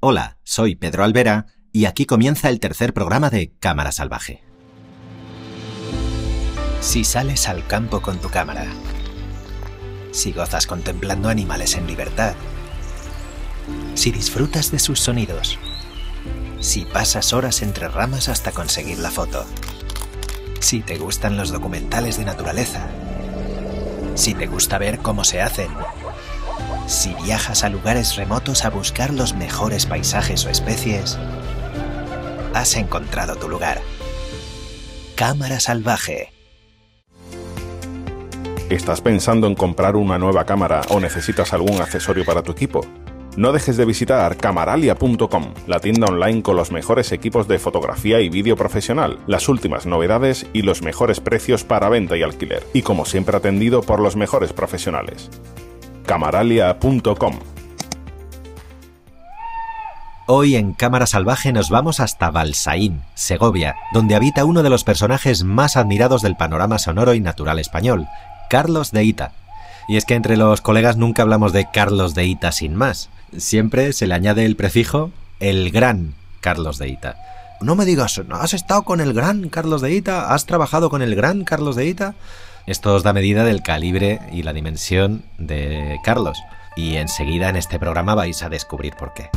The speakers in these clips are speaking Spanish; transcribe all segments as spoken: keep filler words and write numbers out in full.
Hola, soy Pedro Alvera y aquí comienza el tercer programa de Cámara Salvaje. Si sales al campo con tu cámara, si gozas contemplando animales en libertad, si disfrutas de sus sonidos, si pasas horas entre ramas hasta conseguir la foto, si te gustan los documentales de naturaleza, si te gusta ver cómo se hacen, si viajas a lugares remotos a buscar los mejores paisajes o especies, has encontrado tu lugar. Cámara Salvaje. ¿Estás pensando en comprar una nueva cámara o necesitas algún accesorio para tu equipo? No dejes de visitar camaralia punto com, la tienda online con los mejores equipos de fotografía y vídeo profesional, las últimas novedades y los mejores precios para venta y alquiler. Y como siempre atendido por los mejores profesionales. camaralia punto com. Hoy en Cámara Salvaje nos vamos hasta Balsaín, Segovia, donde habita uno de los personajes más admirados del panorama sonoro y natural español, Carlos de Hita. Y es que entre los colegas nunca hablamos de Carlos de Hita sin más. Siempre se le añade el prefijo el gran Carlos de Hita. No me digas, ¿has estado con el gran Carlos de Hita? ¿Has trabajado con el gran Carlos de Hita? Esto os da medida del calibre y la dimensión de Carlos. Y enseguida en este programa vais a descubrir por qué.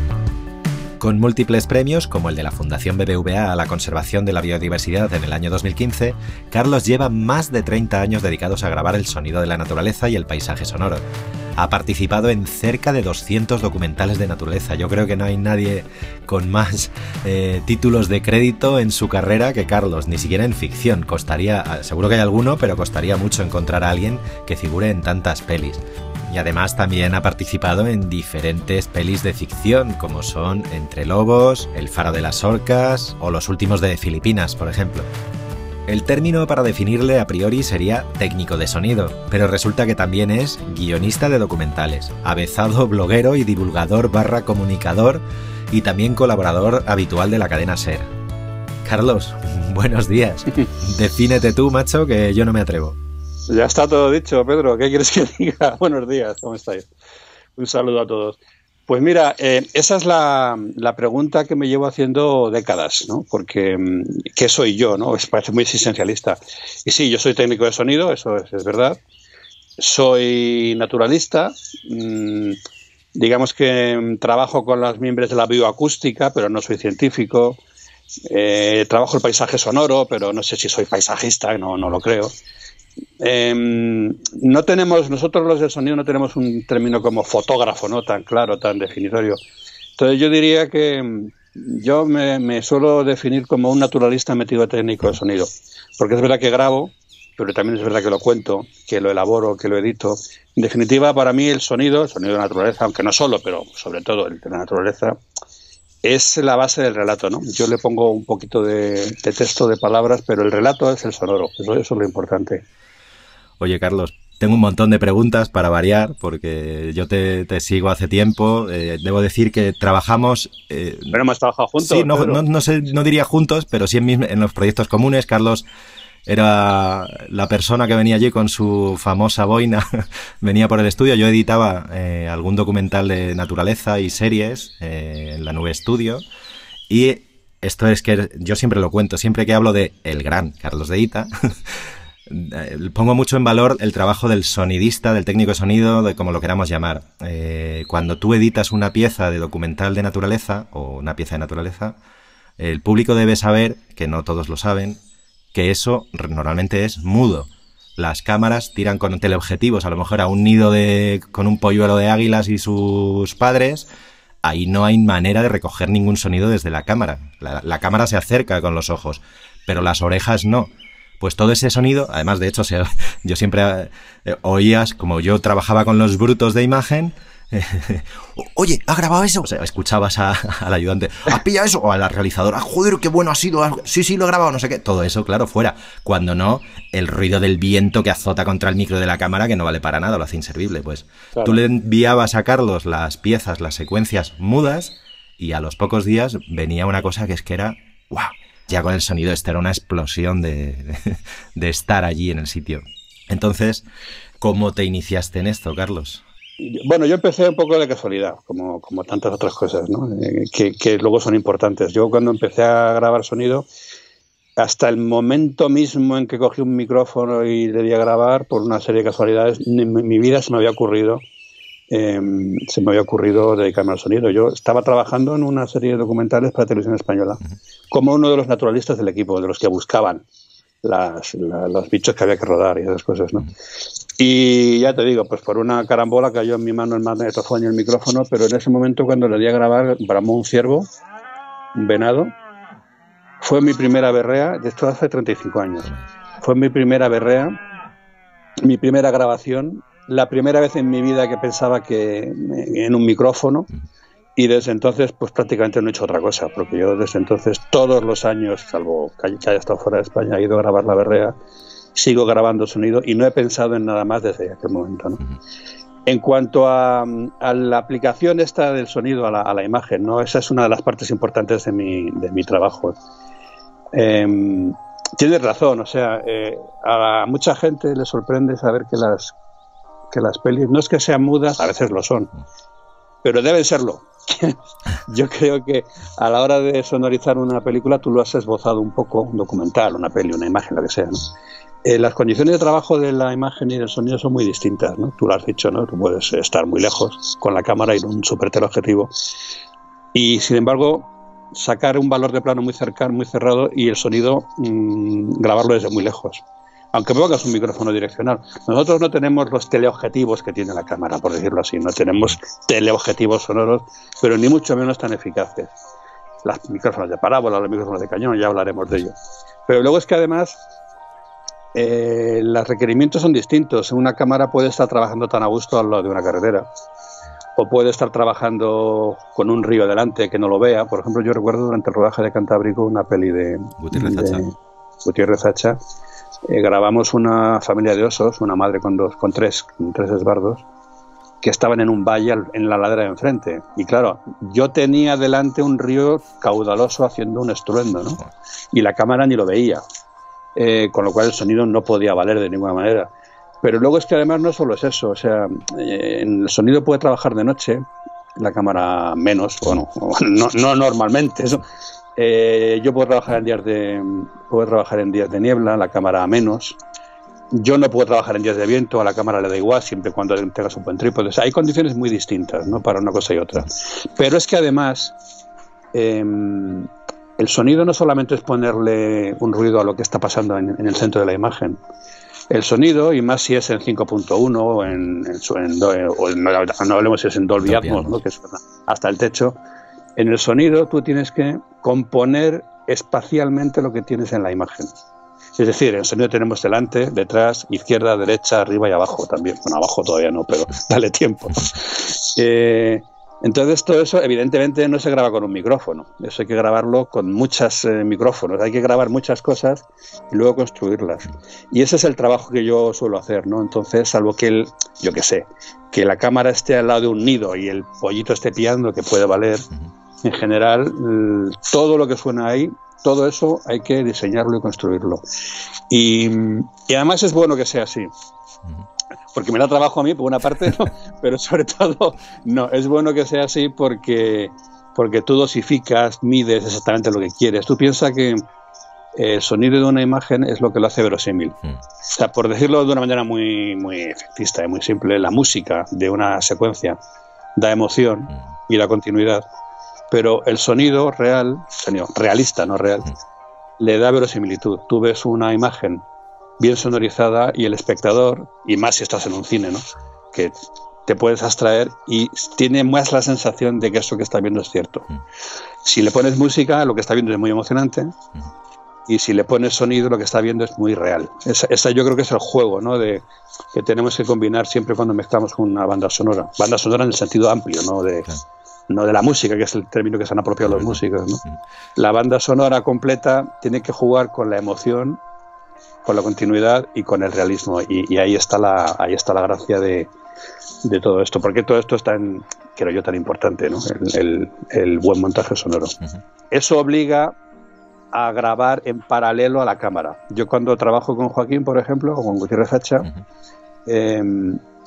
Con múltiples premios, como el de la Fundación B B V A a la conservación de la biodiversidad en el año dos mil quince, Carlos lleva más de treinta años dedicados a grabar el sonido de la naturaleza y el paisaje sonoro. Ha participado en cerca de doscientos documentales de naturaleza. Yo creo que no hay nadie con más eh, títulos de crédito en su carrera que Carlos, ni siquiera en ficción. Costaría, seguro que hay alguno, pero costaría mucho encontrar a alguien que figure en tantas pelis. Y además también ha participado en diferentes pelis de ficción, como son Entre Lobos, El Faro de las Orcas o los últimos de Filipinas, por ejemplo. El término para definirle a priori sería técnico de sonido, pero resulta que también es guionista de documentales, avezado bloguero y divulgador barra comunicador y también colaborador habitual de la cadena SER. Carlos, buenos días. Defínete tú, macho, que yo no me atrevo. Ya está todo dicho, Pedro. ¿Qué quieres que diga? Buenos días, ¿cómo estáis? Un saludo a todos. Pues mira, eh, esa es la, la pregunta que me llevo haciendo décadas, ¿no? Porque, ¿qué soy yo, no? Es, parece muy existencialista. Y sí, yo soy técnico de sonido, eso es, es verdad. Soy naturalista. Mmm, digamos que trabajo con las miembros de la bioacústica, pero no soy científico. Eh, trabajo el paisaje sonoro, pero no sé si soy paisajista, no, no lo creo. Eh, no tenemos, nosotros los del sonido no tenemos un término como fotógrafo, ¿no? Tan claro, tan definitorio. Entonces yo diría que yo me, me suelo definir como un naturalista metido a técnico de sonido, porque es verdad que grabo, pero también es verdad que lo cuento, que lo elaboro, que lo edito. En definitiva, para mí el sonido, el sonido de la naturaleza, aunque no solo, pero sobre todo el de la naturaleza, es la base del relato, ¿no? Yo le pongo un poquito de, de texto, de palabras, pero el relato es el sonoro, eso, eso es lo importante. Oye, Carlos, tengo un montón de preguntas para variar, porque yo te, te sigo hace tiempo. Eh, debo decir que trabajamos... Eh, pero hemos trabajado juntos. Sí, no, no, no, sé, no diría juntos, pero sí en, mis, en los proyectos comunes. Carlos era la persona que venía allí con su famosa boina, venía por el estudio. Yo editaba eh, algún documental de naturaleza y series eh, en la Nube Studio. Y esto es que yo siempre lo cuento, siempre que hablo de el gran Carlos de Hita... pongo mucho en valor el trabajo del sonidista, del técnico de sonido, de como lo queramos llamar. Eh, cuando tú editas una pieza de documental de naturaleza o una pieza de naturaleza, el público debe saber, que no todos lo saben, que eso normalmente es mudo. Las cámaras tiran con teleobjetivos, a lo mejor a un nido de con un polluelo de águilas y sus padres. Ahí no hay manera de recoger ningún sonido desde la cámara. La, la cámara se acerca con los ojos, pero las orejas no. Pues todo ese sonido, además de hecho, se, yo siempre eh, oías, como yo trabajaba con los brutos de imagen, eh, oye, ¿has grabado eso? O sea, escuchabas a, al ayudante, ¿has pillado eso? O a la realizadora, joder, qué bueno ha sido, sí, sí, lo he grabado, no sé qué. Todo eso, claro, fuera. Cuando no, el ruido del viento que azota contra el micro de la cámara, que no vale para nada, lo hace inservible. Pues claro. Tú le enviabas a Carlos las piezas, las secuencias mudas, y a los pocos días venía una cosa que es que era, ¡wow! Ya con el sonido, esta era una explosión de, de, de estar allí en el sitio. Entonces, ¿cómo te iniciaste en esto, Carlos? Bueno, yo empecé un poco de casualidad, como, como tantas otras cosas, ¿no? Eh, que, que luego son importantes. Yo cuando empecé a grabar sonido, hasta el momento mismo en que cogí un micrófono y le di a grabar, por una serie de casualidades, en mi vida se me había ocurrido eh, se me había ocurrido dedicarme al sonido. Yo estaba trabajando en una serie de documentales para Televisión Española, como uno de los naturalistas del equipo, de los que buscaban las, la, los bichos que había que rodar y esas cosas, ¿no? Y ya te digo, pues por una carambola cayó en mi mano el magnetofón y el micrófono, pero en ese momento cuando le di a grabar, bramó un ciervo, un venado. Fue mi primera berrea, de esto hace treinta y cinco años. Fue mi primera berrea, mi primera grabación, la primera vez en mi vida que pensaba que en un micrófono, y desde entonces pues prácticamente no he hecho otra cosa, porque yo desde entonces todos los años, salvo que haya estado fuera de España, he ido a grabar la berrea, sigo grabando sonido y no he pensado en nada más desde aquel momento, ¿no? En cuanto a, a la aplicación esta del sonido a la, a la imagen, ¿no? Esa es una de las partes importantes de mi, de mi trabajo. Eh, tienes razón, o sea, eh, a mucha gente le sorprende saber que las que las pelis no es que sean mudas, a veces lo son, pero deben serlo. Yo creo que a la hora de sonorizar una película tú lo has esbozado un poco, un documental, una peli, una imagen, lo que sea, ¿no? Eh, las condiciones de trabajo de la imagen y del sonido son muy distintas, ¿no? Tú lo has dicho, ¿no? Tú puedes estar muy lejos con la cámara y un super teleobjetivo y sin embargo sacar un valor de plano muy cercano, muy cerrado, y el sonido mmm, grabarlo desde muy lejos, aunque pongas un micrófono direccional. Nosotros no tenemos los teleobjetivos que tiene la cámara, por decirlo así, no tenemos teleobjetivos sonoros, pero ni mucho menos tan eficaces. Los micrófonos de parábola, los micrófonos de cañón, ya hablaremos de ello. Pero luego es que además eh, los requerimientos son distintos. Una cámara puede estar trabajando tan a gusto al lado de una carretera, o puede estar trabajando con un río delante que no lo vea. Por ejemplo, yo recuerdo durante el rodaje de Cantábrico una peli de Gutiérrez Hacha. De Gutiérrez Hacha. Eh, grabamos una familia de osos, una madre con dos, con tres, con tres esbardos, que estaban en un valle en la ladera de enfrente. Y claro, yo tenía delante un río caudaloso haciendo un estruendo, ¿no? Y la cámara ni lo veía, eh, con lo cual el sonido no podía valer de ninguna manera. Pero luego es que además no solo es eso, o sea, eh, el sonido puede trabajar de noche, la cámara menos, bueno, no, no normalmente, eso. Eh, yo puedo trabajar en días de puedo trabajar en días de niebla, la cámara menos. Yo no puedo trabajar en días de viento, a la cámara le da igual, siempre y cuando tengas un buen trípode. O sea, hay condiciones muy distintas, ¿no?, para una cosa y otra. Pero es que además eh, el sonido no solamente es ponerle un ruido a lo que está pasando en, en el centro de la imagen. El sonido, y más si es en cinco punto uno o en, en, en, o en no, no hablemos si es en Dolby Atmos, ¿no?, que suena hasta el techo. En el sonido tú tienes que componer espacialmente lo que tienes en la imagen. Es decir, en el sonido tenemos delante, detrás, izquierda, derecha, arriba y abajo también. Bueno, abajo todavía no, pero dale tiempo. Eh, entonces todo eso evidentemente no se graba con un micrófono. Eso hay que grabarlo con muchos eh, micrófonos. Hay que grabar muchas cosas y luego construirlas. Y ese es el trabajo que yo suelo hacer, ¿no? Entonces, salvo que el, yo qué sé, que la cámara esté al lado de un nido y el pollito esté piando, que puede valer. En general, todo lo que suena ahí, todo eso hay que diseñarlo y construirlo. Y, y además es bueno que sea así, porque me da trabajo a mí, por una parte, ¿no? Pero sobre todo, no, es bueno que sea así porque, porque tú dosificas, mides exactamente lo que quieres. Tú piensas que el sonido de una imagen es lo que lo hace verosímil. O sea, por decirlo de una manera muy, muy efectista y muy simple, la música de una secuencia da emoción y da continuidad. Pero el sonido real, sonido realista, no real, le da verosimilitud. Tú ves una imagen bien sonorizada y el espectador, y más si estás en un cine, ¿no?, que te puedes abstraer y tiene más la sensación de que eso que está viendo es cierto. Si le pones música, lo que está viendo es muy emocionante, y si le pones sonido, lo que está viendo es muy real. Esa, esa yo creo que es el juego, ¿no?, de que tenemos que combinar siempre cuando mezclamos con una banda sonora. Banda sonora en el sentido amplio, ¿no?, de... Claro. No de la música, que es el término que se han apropiado los músicos, ¿no? La banda sonora completa tiene que jugar con la emoción, con la continuidad y con el realismo. Y, y ahí está la ahí está la gracia de, de todo esto. Porque todo esto es tan, creo yo, tan importante, ¿no?, el, el, el buen montaje sonoro. Eso obliga a grabar en paralelo a la cámara. Yo cuando trabajo con Joaquín, por ejemplo, o con Gutiérrez Hacha, eh,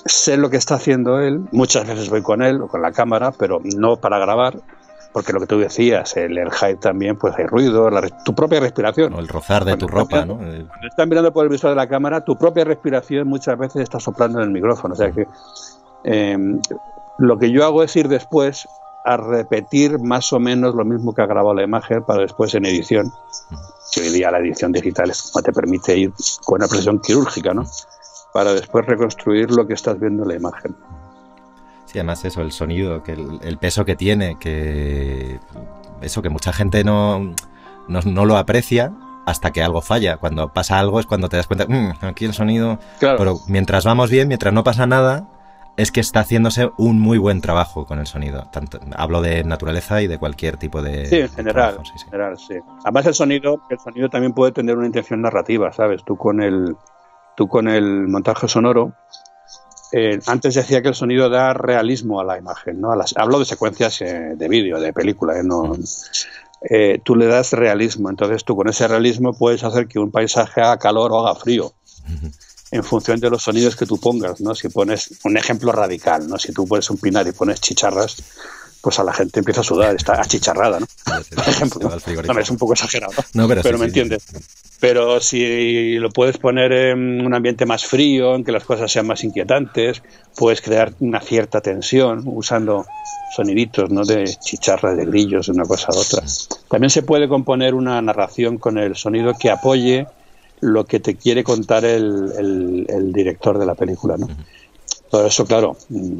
sé lo que está haciendo él, muchas veces voy con él o con la cámara, pero no para grabar, porque lo que tú decías, el, el hype también, pues hay ruido, la, tu propia respiración. O el rozar de cuando tu ropa, mirando, ¿no? Cuando estás mirando por el visor de la cámara, tu propia respiración muchas veces está soplando en el micrófono. O sea que eh, lo que yo hago es ir después a repetir más o menos lo mismo que ha grabado la imagen para después en edición, que hoy día la edición digital es como te permite ir con una precisión quirúrgica, ¿no? Para después reconstruir lo que estás viendo en la imagen. Sí, además eso, el sonido, que el, el peso que tiene, que eso, que mucha gente no, no, no lo aprecia hasta que algo falla. Cuando pasa algo es cuando te das cuenta, mmm, aquí el sonido... Claro. Pero mientras vamos bien, mientras no pasa nada, es que está haciéndose un muy buen trabajo con el sonido. Tanto, hablo de naturaleza y de cualquier tipo de... Sí, en general, trabajo, sí, sí. en general, sí. Además el sonido, el sonido también puede tener una intención narrativa, ¿sabes? Tú con el, tú con el montaje sonoro, eh, antes decía que el sonido da realismo a la imagen, ¿no? A las, hablo de secuencias eh, de vídeo, de película, ¿eh? No, eh, tú le das realismo, entonces tú con ese realismo puedes hacer que un paisaje haga calor o haga frío. En función de los sonidos que tú pongas, ¿no? Si pones un ejemplo radical, ¿no? Si tú pones un pinar y pones chicharras, pues a la gente empieza a sudar, está achicharrada, ¿no? Por ejemplo, ¿no? No, es un poco exagerado, ¿no? No, pero pero sí, me sí, entiendes. Sí. Pero si lo puedes poner en un ambiente más frío, en que las cosas sean más inquietantes, puedes crear una cierta tensión usando soniditos, ¿no? De chicharras, de grillos, de una cosa a otra. También se puede componer una narración con el sonido que apoye lo que te quiere contar el, el, el director de la película, ¿no? Todo eso, claro,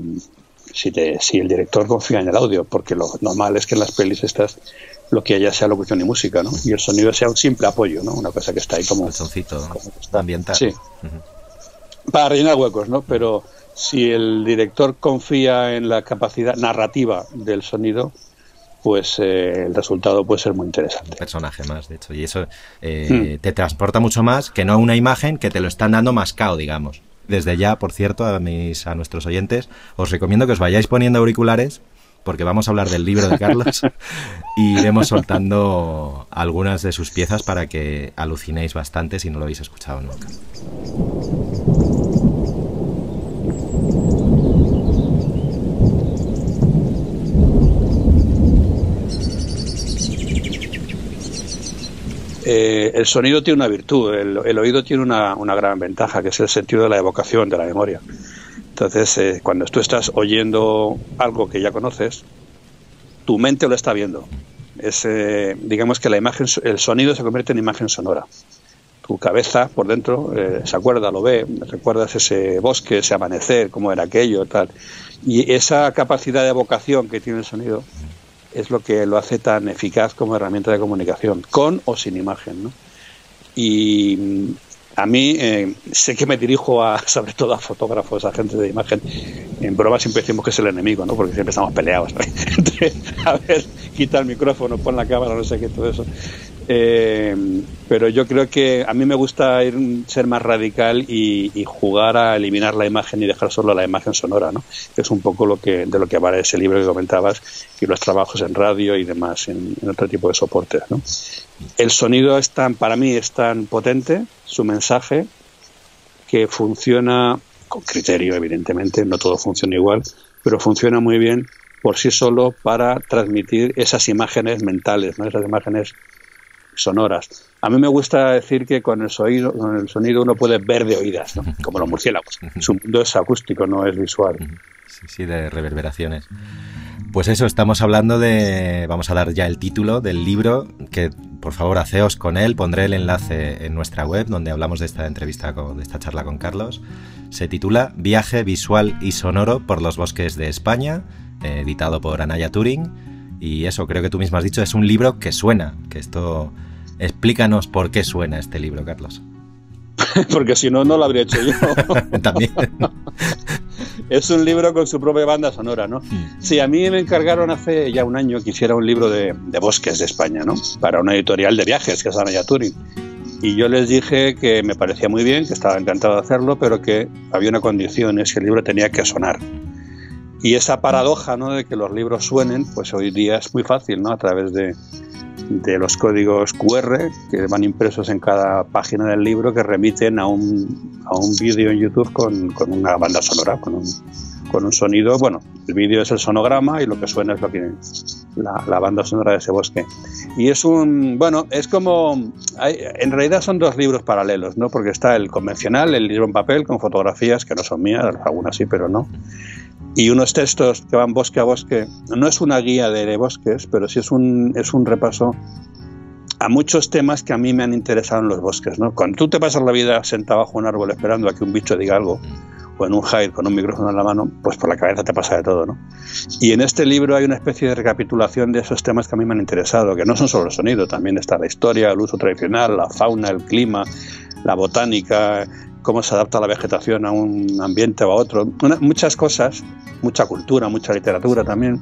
si, te, si el director confía en el audio, porque lo normal es que en las pelis estas lo que haya sea locución y música, ¿no? Y el sonido sea un simple apoyo, ¿no? Una cosa que está ahí como... El soncito ambiental. Sí. Uh-huh. Para rellenar huecos, ¿no? Pero si el director confía en la capacidad narrativa del sonido, pues eh, el resultado puede ser muy interesante. Un personaje más, de hecho. Y eso eh, mm. te transporta mucho más que no una imagen que te lo están dando mascado, digamos. Desde ya, por cierto, a mis a nuestros oyentes, os recomiendo que os vayáis poniendo auriculares, porque vamos a hablar del libro de Carlos y iremos soltando algunas de sus piezas para que alucinéis bastante si no lo habéis escuchado nunca. Eh, el sonido tiene una virtud, el, el oído tiene una, una gran ventaja, que es el sentido de la evocación, de la memoria. Entonces, eh, cuando tú estás oyendo algo que ya conoces, tu mente lo está viendo. Es, eh, digamos que la imagen, el sonido se convierte en imagen sonora. Tu cabeza por dentro eh, se acuerda, lo ve, recuerdas ese bosque, ese amanecer, cómo era aquello, tal. Y esa capacidad de evocación que tiene el sonido es lo que lo hace tan eficaz como herramienta de comunicación, con o sin imagen, ¿no? Y a mí, eh, sé que me dirijo a, sobre todo a fotógrafos, a gente de imagen. En broma siempre decimos que es el enemigo, ¿no? Porque siempre estamos peleados, ¿no? A ver, quita el micrófono, pon la cámara, no sé qué, todo eso. Eh, pero yo creo que a mí me gusta ir, ser más radical y, y jugar a eliminar la imagen y dejar solo la imagen sonora, ¿no? Que es un poco lo que de lo que va ese libro que comentabas y los trabajos en radio y demás, en, en otro tipo de soportes, ¿no? El sonido es tan, para mí es tan potente, su mensaje, que funciona con criterio, evidentemente, no todo funciona igual, pero funciona muy bien por sí solo para transmitir esas imágenes mentales, ¿no? Esas imágenes sonoras. A mí me gusta decir que con el sonido, con el sonido uno puede ver de oídas, ¿no? Como los murciélagos. Su mundo es acústico, no es visual. Sí, sí, de reverberaciones. Pues eso, estamos hablando de... Vamos a dar ya el título del libro, que por favor haceos con él, pondré el enlace en nuestra web donde hablamos de esta entrevista, con, de esta charla con Carlos. Se titula Viaje visual y sonoro por los bosques de España, eh, editado por Anaya Turing. Y eso, creo que tú mismo has dicho, es un libro que suena, que esto... Explícanos por qué suena este libro, Carlos. Porque si no, no lo habría hecho yo. También. Es un libro con su propia banda sonora, ¿no? Sí, a mí me encargaron hace ya un año que hiciera un libro de, de bosques de España, ¿no? Para una editorial de viajes, que es Anaya Turing. Y yo les dije que me parecía muy bien, que estaba encantado de hacerlo, pero que había una condición, es que el libro tenía que sonar. Y esa paradoja, ¿no?, de que los libros suenen, pues hoy día es muy fácil, ¿no? A través de, de los códigos cu erre que van impresos en cada página del libro, que remiten a un, a un vídeo en YouTube con, con una banda sonora, con un, con un sonido. Bueno, el vídeo es el sonograma y lo que suena es lo que la, la banda sonora de ese bosque. Y es un, bueno, es como, hay, en realidad son dos libros paralelos, ¿no? Porque está el convencional, el libro en papel con fotografías que no son mías, algunas sí, pero no. Y unos textos que van bosque a bosque. No es una guía de bosques, pero sí es un, es un repaso a muchos temas que a mí me han interesado en los bosques, ¿no? Cuando tú te pasas la vida sentado bajo un árbol esperando a que un bicho diga algo, o en un hide con un micrófono en la mano, pues por la cabeza te pasa de todo, ¿no? Y en este libro hay una especie de recapitulación de esos temas que a mí me han interesado, que no son solo el sonido, también está la historia, el uso tradicional, la fauna, el clima, la botánica, cómo se adapta la vegetación a un ambiente o a otro. Una, muchas cosas, mucha cultura, mucha literatura también,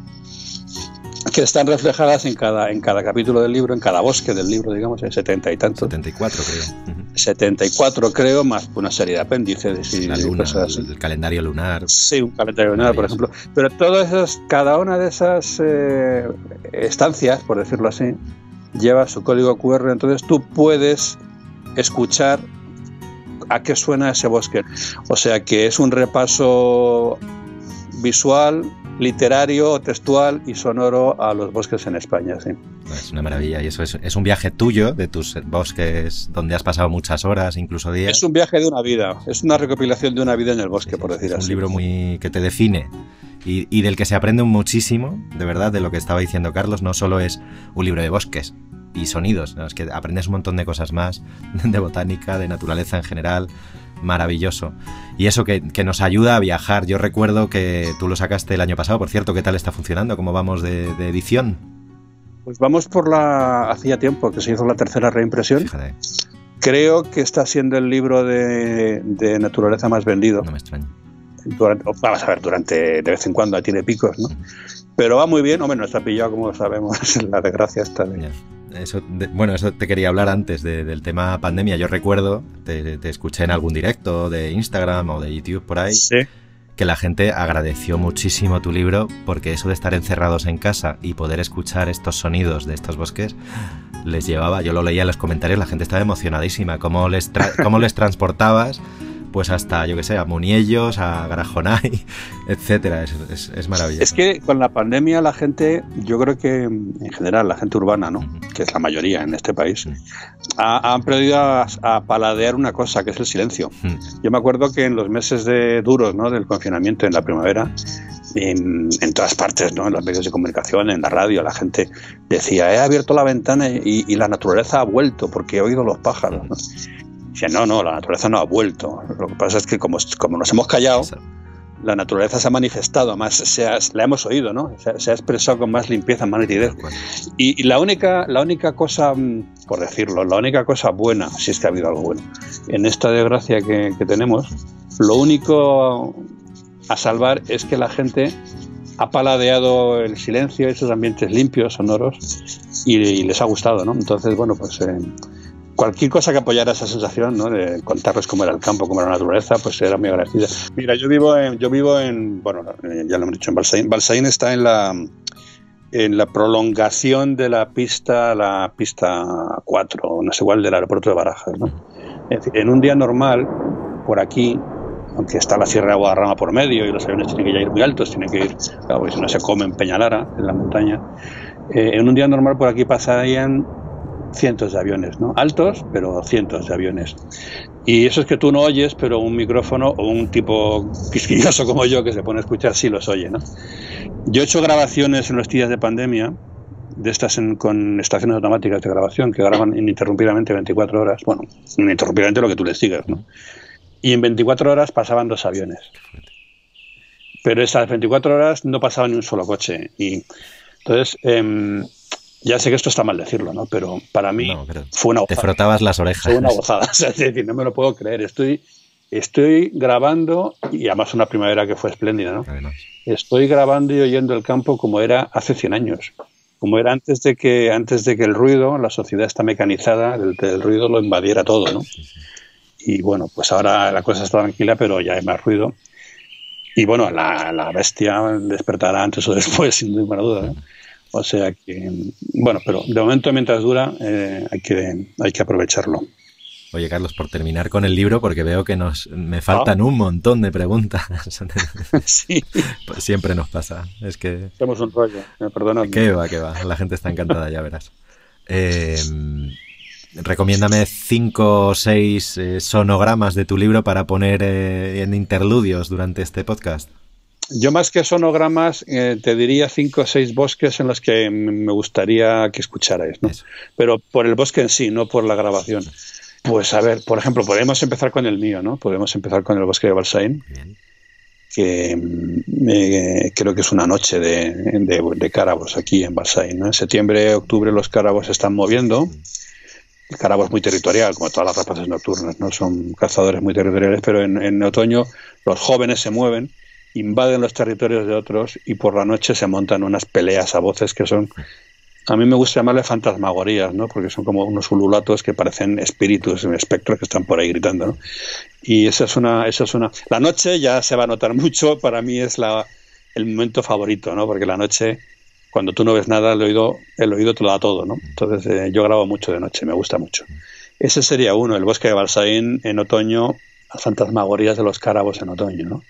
que están reflejadas en cada, en cada capítulo del libro, en cada bosque del libro, digamos, en setenta y tantos. setenta y cuatro, creo. Uh-huh. setenta y cuatro, creo, más una serie de apéndices. Y la luna, cosas así. El, el calendario lunar. Sí, un calendario lunar, por ejemplo. Pero todas esas, cada una de esas eh, estancias, por decirlo así, lleva su código cu erre, entonces tú puedes escuchar a qué suena ese bosque. O sea que es un repaso visual, literario, textual y sonoro a los bosques en España, sí. Es una maravilla, y eso es, es un viaje tuyo, de tus bosques donde has pasado muchas horas, incluso días. Es un viaje de una vida, es una recopilación de una vida en el bosque, sí, por decir es así. Es un libro muy que te define y, y del que se aprende muchísimo, de verdad, de lo que estaba diciendo Carlos. No solo es un libro de bosques y sonidos, ¿no? Es que aprendes un montón de cosas más, de botánica, de naturaleza en general. Maravilloso. Y eso que, que nos ayuda a viajar. Yo recuerdo que tú lo sacaste el año pasado, por cierto. ¿Qué tal está funcionando? ¿Cómo vamos de, de edición? Pues vamos por la... Hacía tiempo que se hizo la tercera reimpresión. Fíjate. Creo que está siendo el libro de, de naturaleza más vendido. No me extraña. Durante, vamos a ver, durante de vez en cuando tiene picos, ¿no? Pero va muy bien. Hombre, no está pillado, como sabemos, la desgracia está de... Yeah. Eso, de, bueno, eso te quería hablar antes de, del tema pandemia. Yo recuerdo, te, te escuché en algún directo de Instagram o de YouTube por ahí, sí, que la gente agradeció muchísimo tu libro, porque eso de estar encerrados en casa y poder escuchar estos sonidos de estos bosques les llevaba, yo lo leía en los comentarios, la gente estaba emocionadísima, cómo les, tra- cómo les transportabas pues hasta, yo que sé, a Muniellos, a Garajonay, etcétera. Es, es, es maravilloso. Es que con la pandemia la gente, yo creo que en general la gente urbana, ¿no? Uh-huh. Que es la mayoría en este país, uh-huh. ha, han aprendido a, a paladear una cosa, que es el silencio. Uh-huh. Yo me acuerdo que en los meses de duros, ¿no? Del confinamiento, en la primavera, en, en todas partes, ¿no? En los medios de comunicación, en la radio, la gente decía, he abierto la ventana y, y la naturaleza ha vuelto porque he oído los pájaros, ¿no? Dice, no, no, la naturaleza no ha vuelto. Lo que pasa es que como, como nos hemos callado, la naturaleza se ha manifestado, más se ha, la hemos oído, ¿no? Se, se ha expresado con más limpieza, más nitidez. Y, y la única, la única cosa, por decirlo, la única cosa buena, si es que ha habido algo bueno, en esta desgracia que, que tenemos, lo único a salvar es que la gente ha paladeado el silencio, esos ambientes limpios, sonoros, y, y les ha gustado, ¿no? Entonces, bueno, pues... Eh, cualquier cosa que apoyara esa sensación, ¿no? De contarles cómo era el campo, cómo era la naturaleza, pues era muy agradecida. Mira, yo vivo en, yo vivo en, bueno, ya lo hemos dicho, en Balsaín. Balsaín está en la, en la prolongación de la pista, la pista cuatro, no sé igual, del aeropuerto de Barajas, ¿no? Es decir, en un día normal, por aquí, aunque está la Sierra de Guadarrama por medio y los aviones tienen que ya ir muy altos, tienen que ir, claro, porque si no se come en Peñalara, en la montaña, eh, en un día normal por aquí pasarían cientos de aviones, ¿no? Altos, pero cientos de aviones. Y eso es que tú no oyes, pero un micrófono o un tipo quisquilloso como yo que se pone a escuchar sí los oye, ¿no? Yo he hecho grabaciones en los días de pandemia, de estas en, con estaciones automáticas de grabación que graban ininterrumpidamente veinticuatro horas, bueno, ininterrumpidamente lo que tú les digas, ¿no? Y en veinticuatro horas pasaban dos aviones. Pero esas veinticuatro horas no pasaba ni un solo coche. Y entonces... Eh, ya sé que esto está mal decirlo, ¿no? Pero para mí no, pero fue una gozada. Te frotabas las orejas. Fue una gozada. O sea, es decir, no me lo puedo creer. Estoy, estoy grabando, y además una primavera que fue espléndida, ¿no? Además. Estoy grabando y oyendo el campo como era hace cien años. Como era antes de que, antes de que el ruido, la sociedad está mecanizada, el, el ruido lo invadiera todo, ¿no? Sí, sí. Y bueno, pues ahora la cosa está tranquila, pero ya hay más ruido. Y bueno, la, la bestia despertará antes o después, sin ninguna duda, ¿no? O sea que, bueno, pero de momento mientras dura eh, hay que hay que aprovecharlo. Oye, Carlos, por terminar con el libro, porque veo que nos me faltan ¿Ah? un montón de preguntas. Sí. Pues siempre nos pasa. Es que... Tenemos un rollo, perdonadme. Que va, que va. La gente está encantada, ya verás. Eh, recomiéndame cinco o seis eh, sonogramas de tu libro para poner eh, en interludios durante este podcast. Yo más que sonogramas eh, te diría cinco o seis bosques en los que me gustaría que escucharais, ¿no? Eso. Pero por el bosque en sí, no por la grabación. Pues a ver, por ejemplo, podemos empezar con el mío, ¿no? Podemos empezar con el bosque de Balsaín, Bien. que eh, creo que es una noche de, de, de cárabos aquí en Balsaín, ¿no? En septiembre, octubre los cárabos se están moviendo. El cárabo es muy territorial, como todas las rapaces nocturnas, ¿no? Son cazadores muy territoriales, pero en, en otoño los jóvenes se mueven, invaden los territorios de otros y por la noche se montan unas peleas a voces que son... A mí me gusta llamarle fantasmagorías, ¿no? Porque son como unos ululatos que parecen espíritus, espectros que están por ahí gritando, ¿no? Y esa es una, esa es una. La noche ya se va a notar mucho. Para mí es la, el momento favorito, ¿no? Porque la noche, cuando tú no ves nada, el oído, el oído te lo da todo, ¿no? Entonces eh, yo grabo mucho de noche, me gusta mucho. Ese sería uno, el bosque de Balsaín en otoño, las fantasmagorías de los cárabos en otoño, ¿no?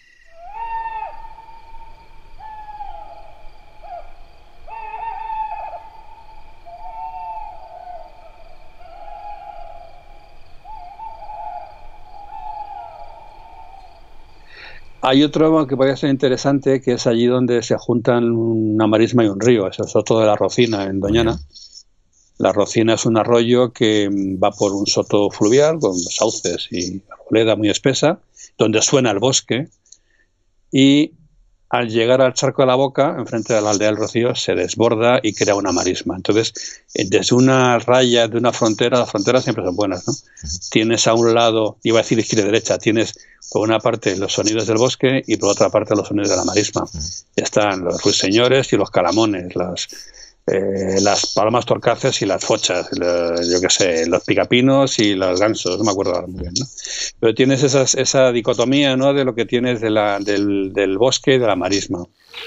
Hay otro que podría ser interesante, que es allí donde se juntan una marisma y un río, eso es soto de la Rocina, en Doñana. La Rocina es un arroyo que va por un soto fluvial con sauces y arboleda muy espesa, donde suena el bosque, y al llegar al charco de la Boca, enfrente de la aldea del Rocío, se desborda y crea una marisma. Entonces, desde una raya de una frontera, las fronteras siempre son buenas, ¿no? Tienes a un lado, iba a decir izquierda y derecha, tienes por una parte los sonidos del bosque y por otra parte los sonidos de la marisma. Están los ruiseñores y los calamones, las, eh, las palomas torcaces y las fochas, los, yo qué sé, los picapinos y los gansos, no me acuerdo ahora muy bien, ¿no? Pero tienes esas, esa dicotomía, ¿no?, de lo que tienes de la, del, del bosque y de la marisma.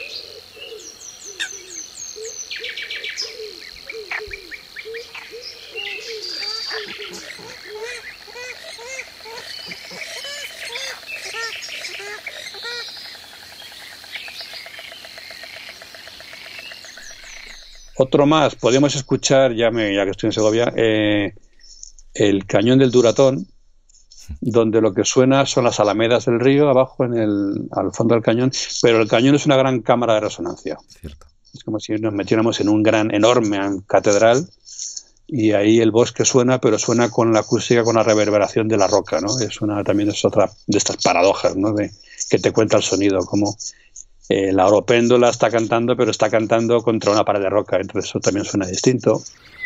Otro más, podemos escuchar, ya, me, ya que estoy en Segovia, eh, el cañón del Duratón, donde lo que suena son las alamedas del río abajo en el, al fondo del cañón, pero el cañón es una gran cámara de resonancia. Cierto. Es como si nos metiéramos en un gran, enorme catedral y ahí el bosque suena, pero suena con la acústica, con la reverberación de la roca, ¿no? Es una, también es otra de estas paradojas, ¿no?, de, que te cuenta el sonido, como Eh, la oropéndola está cantando, pero está cantando contra una pared de roca, entonces eso también suena distinto.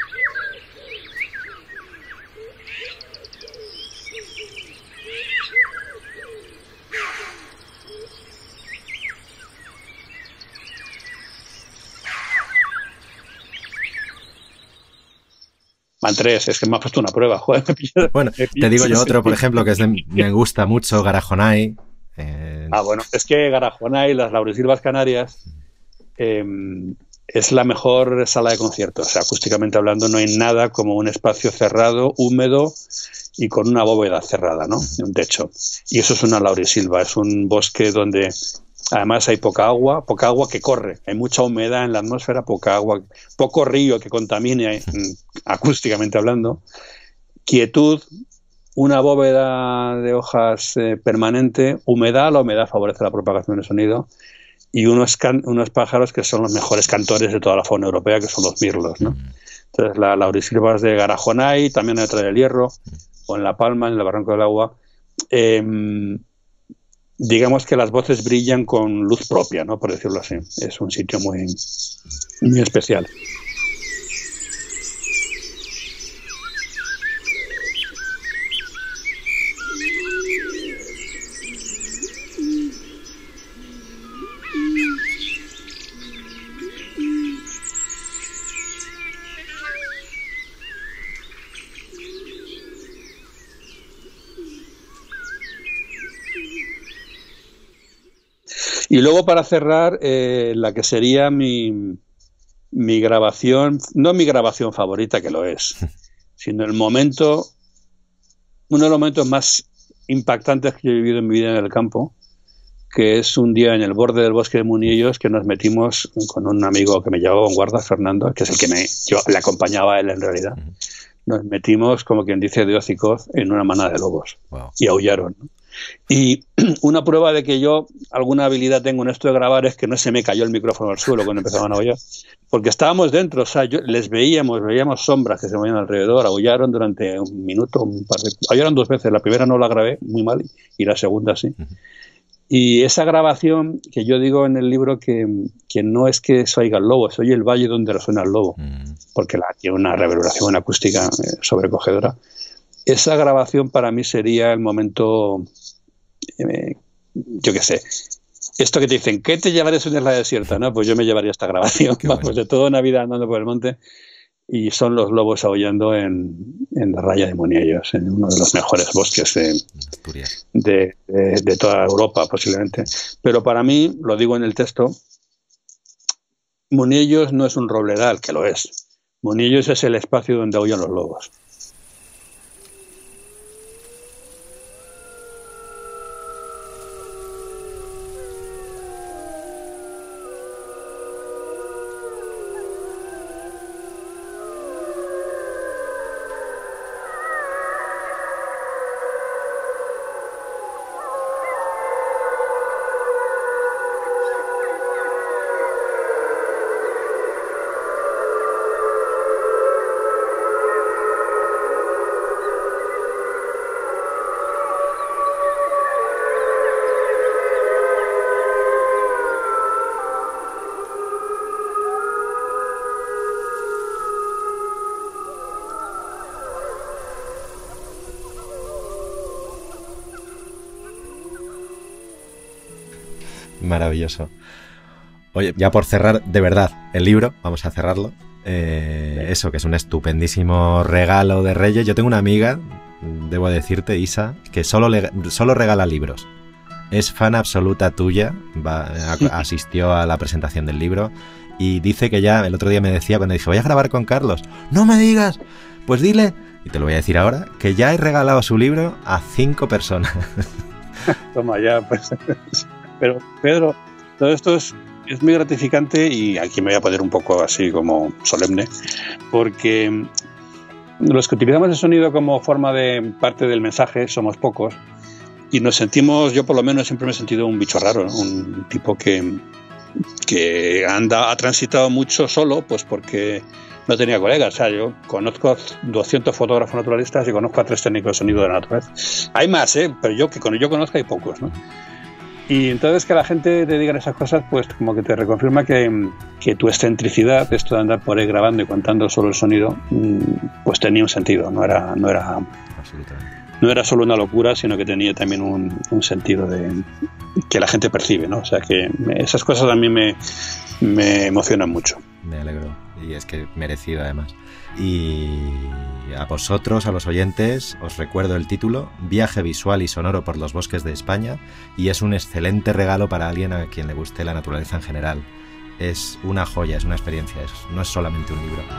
Van tres, es que me ha puesto una prueba, joder. Bueno, te digo yo otro, por ejemplo, que es de, me gusta mucho, Garajonay. Eh... Ah, bueno, es que Garajonay, las Laurisilvas Canarias, eh, es la mejor sala de conciertos. O sea, acústicamente hablando, no hay nada como un espacio cerrado, húmedo y con una bóveda cerrada, ¿no? Un techo. Y eso es una laurisilva, es un bosque donde además hay poca agua, poca agua que corre. Hay mucha humedad en la atmósfera, poca agua, poco río que contamine acústicamente hablando. Quietud. Una bóveda de hojas eh, permanente, humedad, la humedad favorece la propagación del sonido, y unos, can, unos pájaros que son los mejores cantores de toda la fauna europea, que son los mirlos, ¿no? Entonces, la laurisilvas de Garajonay, también en el Trail del Hierro, o en La Palma, en el Barranco del Agua, eh, digamos que las voces brillan con luz propia, ¿no?, por decirlo así. Es un sitio muy, muy especial. Y luego, para cerrar, eh, la que sería mi, mi grabación, no mi grabación favorita, que lo es, sino el momento, uno de los momentos más impactantes que yo he vivido en mi vida en el campo, que es un día en el borde del bosque de Muniellos que nos metimos con un amigo que me llevaba en guarda, Fernando, que es el que me, yo le acompañaba a él en realidad. Nos metimos, como quien dice, de hocicoz en una manada de lobos. Wow. Y aullaron, ¿no? Y una prueba de que yo alguna habilidad tengo en esto de grabar es que no se me cayó el micrófono al suelo cuando empezaban a aullar, porque estábamos dentro, o sea, yo, les veíamos, veíamos sombras que se movían alrededor, aullaron durante un minuto, un par de... aullaron dos veces, la primera no la grabé muy mal y la segunda sí. Uh-huh. Y esa grabación, que yo digo en el libro que, que no es que se oiga el lobo, se oye el valle donde resuena el lobo, uh-huh. porque la, tiene una reverberación acústica eh, sobrecogedora. Esa grabación para mí sería el momento... Eh, yo qué sé, esto que te dicen, ¿qué te llevarías a una isla desierta? ¿No? Pues yo me llevaría esta grabación, vamos, bueno. de toda una vida andando por el monte, y son los lobos aullando en, en la raya de Muniellos, en uno de los mejores bosques de, de, de, de toda Europa, posiblemente. Pero para mí, lo digo en el texto, Muniellos no es un robledal, que lo es. Muniellos es el espacio donde aullan los lobos. Maravilloso. Oye, ya por cerrar, de verdad, el libro, vamos a cerrarlo. Eh, sí. Eso, que es un estupendísimo regalo de Reyes. Yo tengo una amiga, debo decirte, Isa, que solo, le, solo regala libros. Es fan absoluta tuya, va, a, asistió a la presentación del libro y dice que ya, el otro día me decía, cuando dije, voy a grabar con Carlos, no me digas, pues dile, y te lo voy a decir ahora, que ya he regalado su libro a cinco personas. Toma ya, pues... Pero, Pedro, todo esto es, es muy gratificante y aquí me voy a poner un poco así como solemne, porque los que utilizamos el sonido como forma de parte del mensaje somos pocos y nos sentimos, yo por lo menos siempre me he sentido un bicho raro, ¿no? Un tipo que, que anda, ha transitado mucho solo, pues porque no tenía colegas. O sea, yo conozco doscientos fotógrafos naturalistas y conozco a tres técnicos de sonido de la naturaleza. Hay más, ¿eh? Pero yo que yo conozco hay pocos, ¿no? Y entonces que la gente te diga esas cosas, pues como que te reconfirma que, que tu excentricidad, esto de andar por ahí grabando y contando solo el sonido, pues tenía un sentido, no era, no era, no era solo una locura, sino que tenía también un, un sentido de que la gente percibe, ¿no? O sea que esas cosas a mí me, me emocionan mucho. Me alegro, y es que merecido además. Y a vosotros, a los oyentes, os recuerdo el título, Viaje visual y sonoro por los bosques de España, y es un excelente regalo para alguien a quien le guste la naturaleza en general. Es una joya, es una experiencia, es, no es solamente un libro.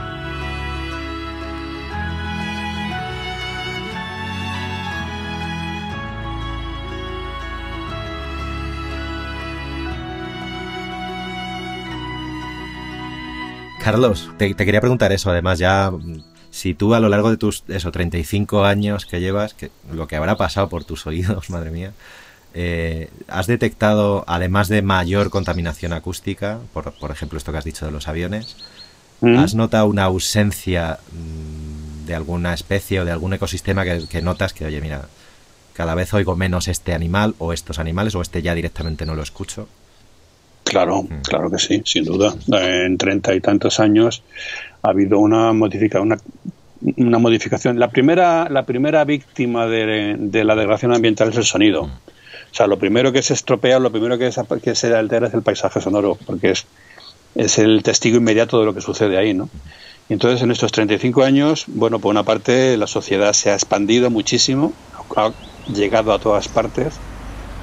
Carlos, te, te quería preguntar eso, además ya, si tú a lo largo de tus eso, treinta y cinco años que llevas, que lo que habrá pasado por tus oídos, madre mía, eh, ¿has detectado, además de mayor contaminación acústica, por, por ejemplo esto que has dicho de los aviones, ¿Mm? ¿has notado una ausencia mmm, de alguna especie o de algún ecosistema que, que notas que, oye, mira, cada vez oigo menos este animal o estos animales o este ya directamente no lo escucho? Claro, claro que sí, sin duda. En treinta y tantos años ha habido una modificación, una, una modificación. La primera, la primera víctima de, de la degradación ambiental es el sonido. O sea, lo primero que se estropea, lo primero que se, que se altera es el paisaje sonoro, porque es, es el testigo inmediato de lo que sucede ahí, ¿no? Y entonces, en estos treinta y cinco años, bueno, por una parte, la sociedad se ha expandido muchísimo, ha llegado a todas partes.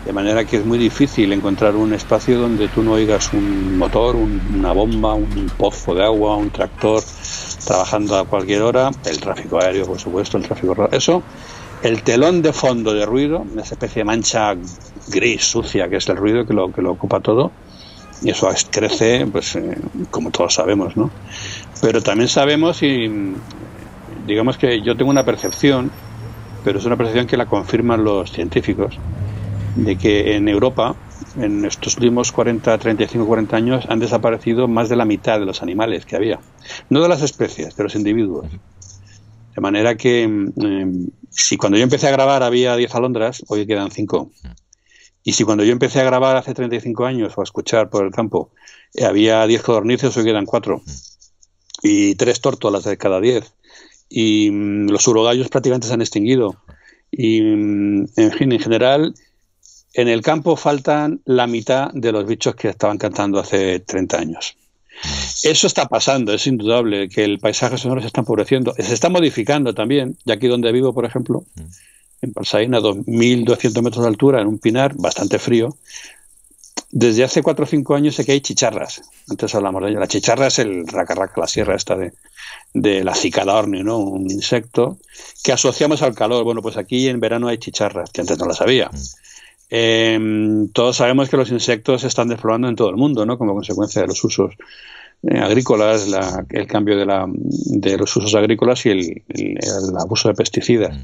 De manera que es muy difícil encontrar un espacio donde tú no oigas un motor, un, una bomba, un pozo de agua, un tractor trabajando a cualquier hora, el tráfico aéreo, por supuesto, el tráfico rodado. Eso, el telón de fondo de ruido, una especie de mancha gris, sucia, que es el ruido que lo, que lo ocupa todo, y eso crece, pues eh, como todos sabemos, ¿no? Pero también sabemos y digamos que yo tengo una percepción, pero es una percepción que la confirman los científicos, de que en Europa, en estos últimos cuarenta, treinta y cinco, cuarenta años, han desaparecido más de la mitad de los animales que había. No de las especies, de los individuos. De manera que eh, si cuando yo empecé a grabar había diez alondras, hoy quedan cinco. Y si cuando yo empecé a grabar hace treinta y cinco años o a escuchar por el campo eh, había diez codornices, hoy quedan cuatro. Y tres tórtolas de cada diez. Y mm, los urogallos prácticamente se han extinguido. Y mm, en fin, en general, en el campo faltan la mitad de los bichos que estaban cantando hace treinta años. Eso está pasando, es indudable que el paisaje sonoro se está empobreciendo. Se está modificando también, ya aquí donde vivo, por ejemplo, en Balsaín, a dos mil doscientos metros de altura, en un pinar bastante frío. Desde hace cuatro o cinco años sé que hay chicharras. Antes hablamos de ello. La chicharra es el raca-raca, la sierra esta de, de la cicada orneo, ¿no? Un insecto que asociamos al calor. Bueno, pues aquí en verano hay chicharras, que antes no las había. Eh, todos sabemos que los insectos se están desplomando en todo el mundo, ¿no? Como consecuencia de los usos eh, agrícolas, la, el cambio de, la, de los usos agrícolas y el, el, el abuso de pesticidas.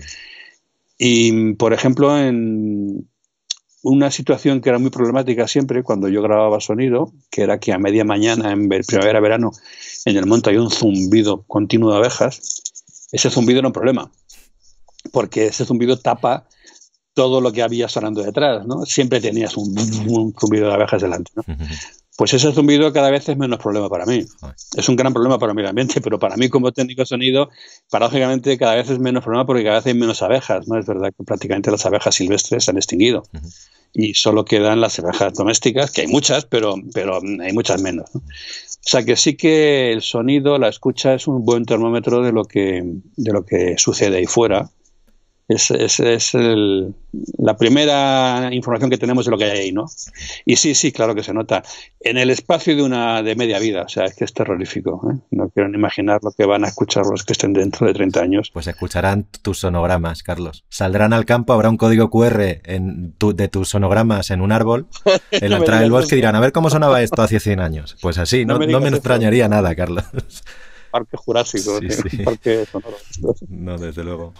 Y, por ejemplo, en una situación que era muy problemática siempre cuando yo grababa sonido, que era que a media mañana, en primavera, verano, en el monte hay un zumbido continuo de abejas. Ese zumbido era un problema, porque ese zumbido tapa todo lo que había sonando detrás, ¿no? Siempre tenías un, un zumbido de abejas delante, ¿no? Pues ese zumbido cada vez es menos problema para mí. Es un gran problema para el medio ambiente, pero para mí como técnico de sonido, paradójicamente cada vez es menos problema porque cada vez hay menos abejas, ¿no? Es verdad que prácticamente las abejas silvestres se han extinguido y solo quedan las abejas domésticas, que hay muchas, pero, pero hay muchas menos, ¿no? O sea que sí que el sonido, la escucha es un buen termómetro de lo que, de lo que sucede ahí fuera. Es, es, es el, la primera información que tenemos de lo que hay ahí, ¿no? Y sí, sí, claro que se nota. En el espacio de una de media vida, o sea, es que es terrorífico, ¿eh? No quiero ni imaginar lo que van a escuchar los que estén dentro de treinta años. Pues escucharán tus sonogramas, Carlos. Saldrán al campo, habrá un código cu erre en tu, de tus sonogramas en un árbol, en la entrada del bosque, y dirán, a ver cómo sonaba esto hace cien años. Pues así, no, no me, no me extrañaría nada, Carlos. Parque Jurásico, sí, sí. Parque sonoro. No, desde luego.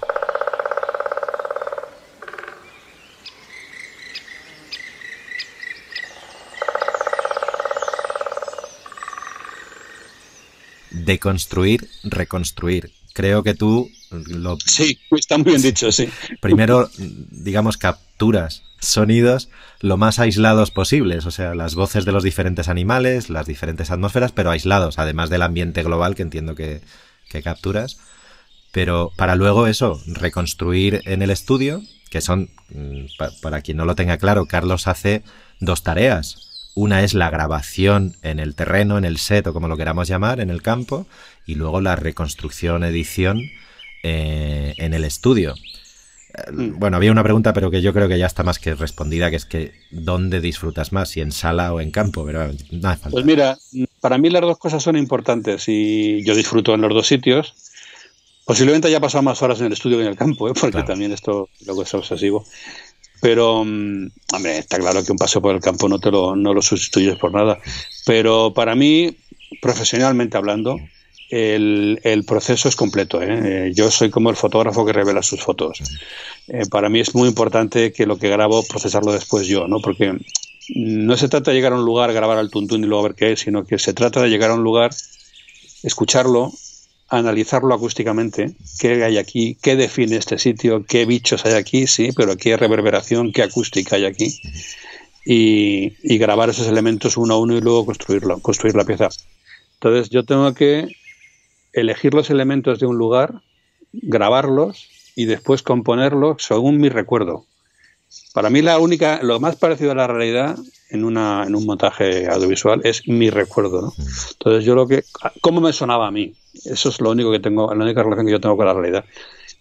Deconstruir, reconstruir. Creo que tú lo... Sí, está muy bien dicho, sí. Primero, digamos, capturas sonidos lo más aislados posibles, o sea, las voces de los diferentes animales, las diferentes atmósferas, pero aislados, además del ambiente global que entiendo que, que capturas. Pero para luego eso, reconstruir en el estudio, que son, para quien no lo tenga claro, Carlos hace dos tareas. Una es la grabación en el terreno, en el set o como lo queramos llamar, en el campo, y luego la reconstrucción, edición eh, en el estudio. Mm. Bueno, había una pregunta, pero que yo creo que ya está más que respondida, que es que ¿dónde disfrutas más? Si en sala o en campo, pero no hace falta. Pues mira, para mí las dos cosas son importantes y yo disfruto en los dos sitios. Posiblemente haya pasado más horas en el estudio que en el campo, ¿eh? Porque claro, también esto luego es obsesivo. Pero, hombre, está claro que un paseo por el campo no te lo, no lo sustituyes por nada. Pero para mí, profesionalmente hablando, el, el proceso es completo, ¿eh? Yo soy como el fotógrafo que revela sus fotos. Eh, para mí es muy importante que lo que grabo, procesarlo después yo, ¿no? Porque no se trata de llegar a un lugar, grabar al tuntún y luego ver qué es, sino que se trata de llegar a un lugar, escucharlo, analizarlo acústicamente, qué hay aquí, qué define este sitio, qué bichos hay aquí, sí, pero qué reverberación, qué acústica hay aquí, y, y grabar esos elementos uno a uno y luego construirlo, construir la pieza. Entonces yo tengo que elegir los elementos de un lugar, grabarlos y después componerlos según mi recuerdo. Para mí la única, lo más parecido a la realidad en una en un montaje audiovisual es mi recuerdo, ¿no? Entonces yo lo que, cómo me sonaba a mí, eso es lo único que tengo, la única relación que yo tengo con la realidad.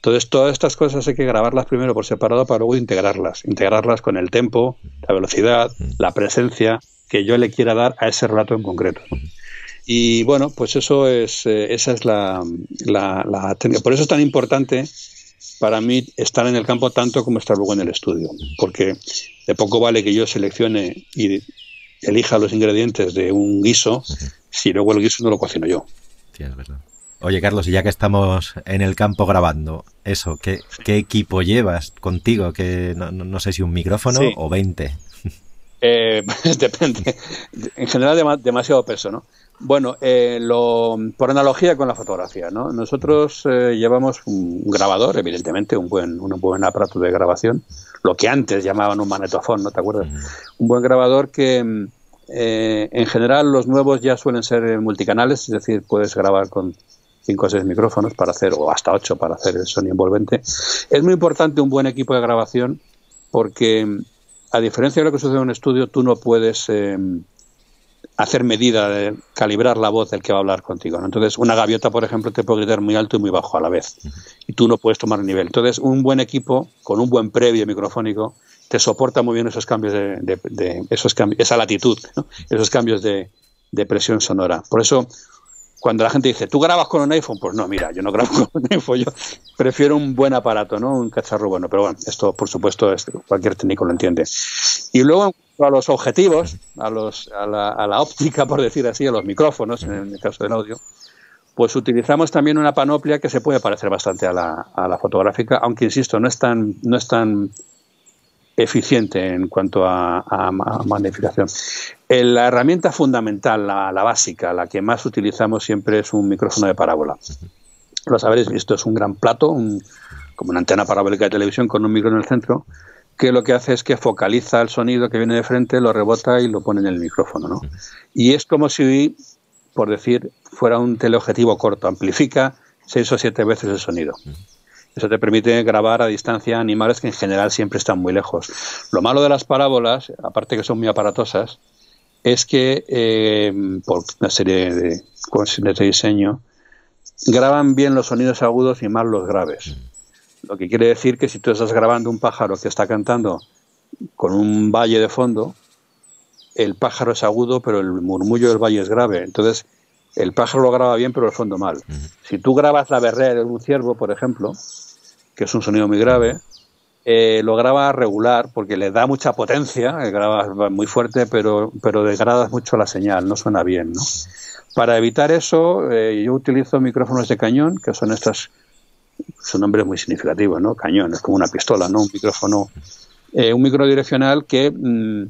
Entonces, todas estas cosas hay que grabarlas primero por separado para luego integrarlas. Integrarlas con el tempo, la velocidad, la presencia que yo le quiera dar a ese relato en concreto. Y bueno, pues eso es, eh, esa es la, la, la técnica. Por eso es tan importante para mí estar en el campo tanto como estar luego en el estudio. Porque de poco vale que yo seleccione y elija los ingredientes de un guiso uh-huh. si luego el guiso no lo cocino yo. Sí, es verdad. Oye, Carlos, y ya que estamos en el campo grabando, eso, ¿qué, qué equipo llevas contigo? Que no, no, no sé si un micrófono sí. o veinte. Eh, pues depende. En general, dem- demasiado peso, ¿no? Bueno, eh, lo, por analogía con la fotografía, ¿no? Nosotros eh, llevamos un grabador, evidentemente, un buen, un buen aparato de grabación, lo que antes llamaban un magnetofón, ¿no te acuerdas? Mm. Un buen grabador que, eh, en general, los nuevos ya suelen ser multicanales, es decir, puedes grabar con cinco o seis micrófonos para hacer, o hasta ocho para hacer el sonido envolvente. Es muy importante un buen equipo de grabación porque, a diferencia de lo que sucede en un estudio, tú no puedes eh, hacer medida de calibrar la voz del que va a hablar contigo, ¿no? Entonces, una gaviota, por ejemplo, te puede gritar muy alto y muy bajo a la vez y tú no puedes tomar el nivel. Entonces, un buen equipo con un buen previo microfónico te soporta muy bien esos cambios de, de, de esos cambios, esa latitud, ¿no? Esos cambios de, de presión sonora. Por eso, cuando la gente dice, ¿tú grabas con un iPhone? Pues no, mira, yo no grabo con un iPhone, yo prefiero un buen aparato, ¿no? Un cacharro bueno, pero bueno, esto por supuesto es, cualquier técnico lo entiende. Y luego a los objetivos, a, los, a, la, a la óptica, por decir así, a los micrófonos, en el caso del audio, pues utilizamos también una panoplia que se puede parecer bastante a la, a la fotográfica, aunque insisto, no es tan, no es tan eficiente en cuanto a, a, a magnificación. La herramienta fundamental, la, la básica, la que más utilizamos siempre es un micrófono de parábola. Los habréis visto, es un gran plato, un, como una antena parabólica de televisión con un micro en el centro, que lo que hace es que focaliza el sonido que viene de frente, lo rebota y lo pone en el micrófono, ¿no? Y es como si, por decir, fuera un teleobjetivo corto, amplifica seis o siete veces el sonido. Eso te permite grabar a distancia animales que en general siempre están muy lejos. Lo malo de las parábolas, aparte que son muy aparatosas, es que eh, por una serie de cuestiones de diseño graban bien los sonidos agudos y mal los graves. Lo que quiere decir que si tú estás grabando un pájaro que está cantando con un valle de fondo, el pájaro es agudo, pero el murmullo del valle es grave. Entonces, el pájaro lo graba bien, pero el fondo mal. Uh-huh. Si tú grabas la berrea de un ciervo, por ejemplo, que es un sonido muy grave, eh, lo graba regular porque le da mucha potencia, graba muy fuerte, pero, pero degradas mucho la señal, no suena bien, ¿no? Para evitar eso, eh, yo utilizo micrófonos de cañón, que son estas, su nombre es muy significativo, ¿no? Cañón, es como una pistola, ¿no? Un micrófono, eh, un micro direccional que mmm,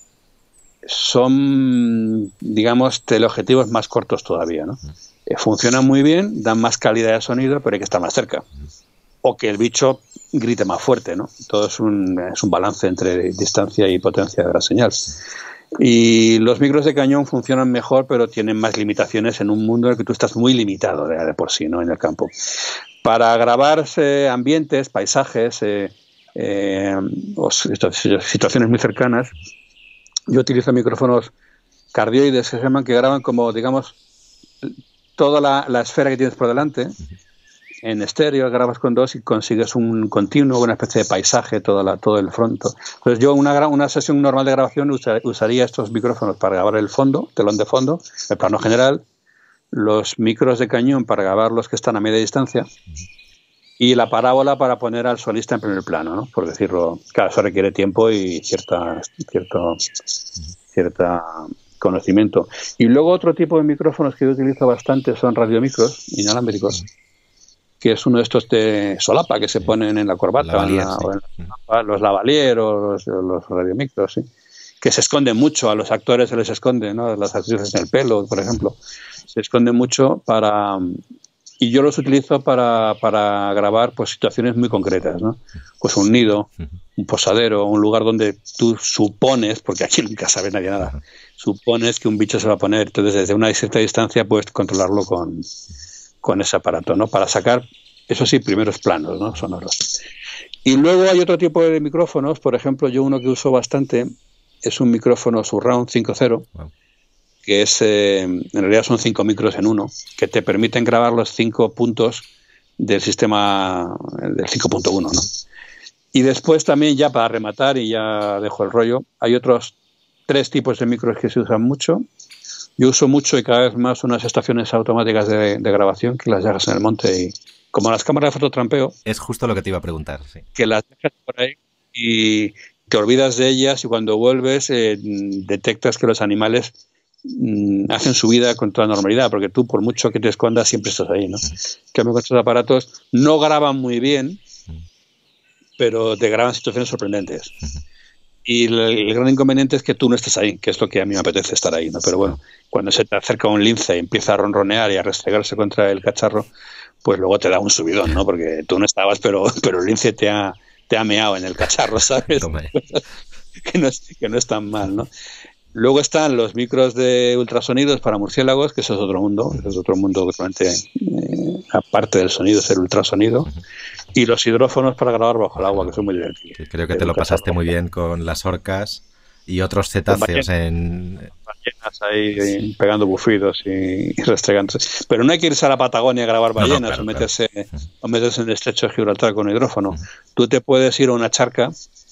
son, digamos, teleobjetivos más cortos todavía, ¿no? Eh, funcionan muy bien, dan más calidad de sonido, pero hay que estar más cerca. O que el bicho grite más fuerte, ¿no? Todo es un, es un balance entre distancia y potencia de la señal. Y los micros de cañón funcionan mejor, pero tienen más limitaciones en un mundo en el que tú estás muy limitado de, de por sí, ¿no? En el campo. Para grabar eh, ambientes, paisajes, eh, eh, o situaciones muy cercanas, yo utilizo micrófonos cardioides que se llaman, que graban como, digamos, toda la, la esfera que tienes por delante. En estéreo grabas con dos y consigues un continuo, una especie de paisaje, toda la, todo el fronto. Entonces yo una, una sesión normal de grabación usa, usaría estos micrófonos para grabar el fondo, telón de fondo, el plano general, los micros de cañón para grabar los que están a media distancia y la parábola para poner al solista en primer plano, ¿no? Por decirlo. Claro, eso requiere tiempo y cierta, cierto, cierta conocimiento. Y luego otro tipo de micrófonos que yo utilizo bastante son radiomicros inalámbricos, que es uno de estos de solapa que se ponen en la corbata, lavalier, en la, sí. o en la solapa, los lavalier o los, los radiomicros, ¿sí? Que se esconden mucho, a los actores se les esconde, ¿no? Las actrices en el pelo, por ejemplo, se esconden mucho para... Y yo los utilizo para, para grabar pues situaciones muy concretas, ¿no? Pues un nido, un posadero, un lugar donde tú supones, porque aquí nunca sabe nadie nada, supones que un bicho se va a poner, entonces desde una cierta distancia puedes controlarlo con, con ese aparato, ¿no? Para sacar, eso sí, primeros planos, ¿no? Sonoros. Y luego hay otro tipo de micrófonos, por ejemplo, yo uno que uso bastante es un micrófono Surround cinco punto cero, wow. que es, eh, en realidad son cinco micros en uno, que te permiten grabar los cinco puntos del sistema del cinco punto uno, ¿no? Y después también, ya para rematar, y ya dejo el rollo, hay otros tres tipos de micros que se usan mucho. Yo uso mucho y cada vez más unas estaciones automáticas de, de grabación que las dejas en el monte y como las cámaras de fototrampeo. Es justo lo que te iba a preguntar, sí. Que las dejas por ahí y te olvidas de ellas y cuando vuelves eh, detectas que los animales mm, hacen su vida con toda normalidad, porque tú por mucho que te escondas siempre estás ahí, ¿no? Que con estos aparatos no graban muy bien, pero te graban situaciones sorprendentes. Y el, el gran inconveniente es que tú no estés ahí, que es lo que a mí me apetece estar ahí, ¿no? Pero bueno, cuando se te acerca un lince y empieza a ronronear y a restregarse contra el cacharro, pues luego te da un subidón, ¿no? Porque tú no estabas, pero, pero el lince te ha, te ha meado en el cacharro, ¿sabes? que, no es, que no es tan mal, ¿no? Luego están los micros de ultrasonidos para murciélagos, que eso es otro mundo, eso es otro mundo totalmente eh, aparte del sonido, es el ultrasonido. Y los hidrófonos para grabar bajo el agua, que son muy divertidos. Creo que te lo pasaste muy bien con las orcas y otros cetáceos en... ballenas ahí pegando bufidos y, y restregándose. Pero no hay que irse a la Patagonia a grabar ballenas no, no, claro, o, meterse, claro. o meterse en el estrecho de Gibraltar con hidrófono. Uh-huh. Tú te puedes ir a una charca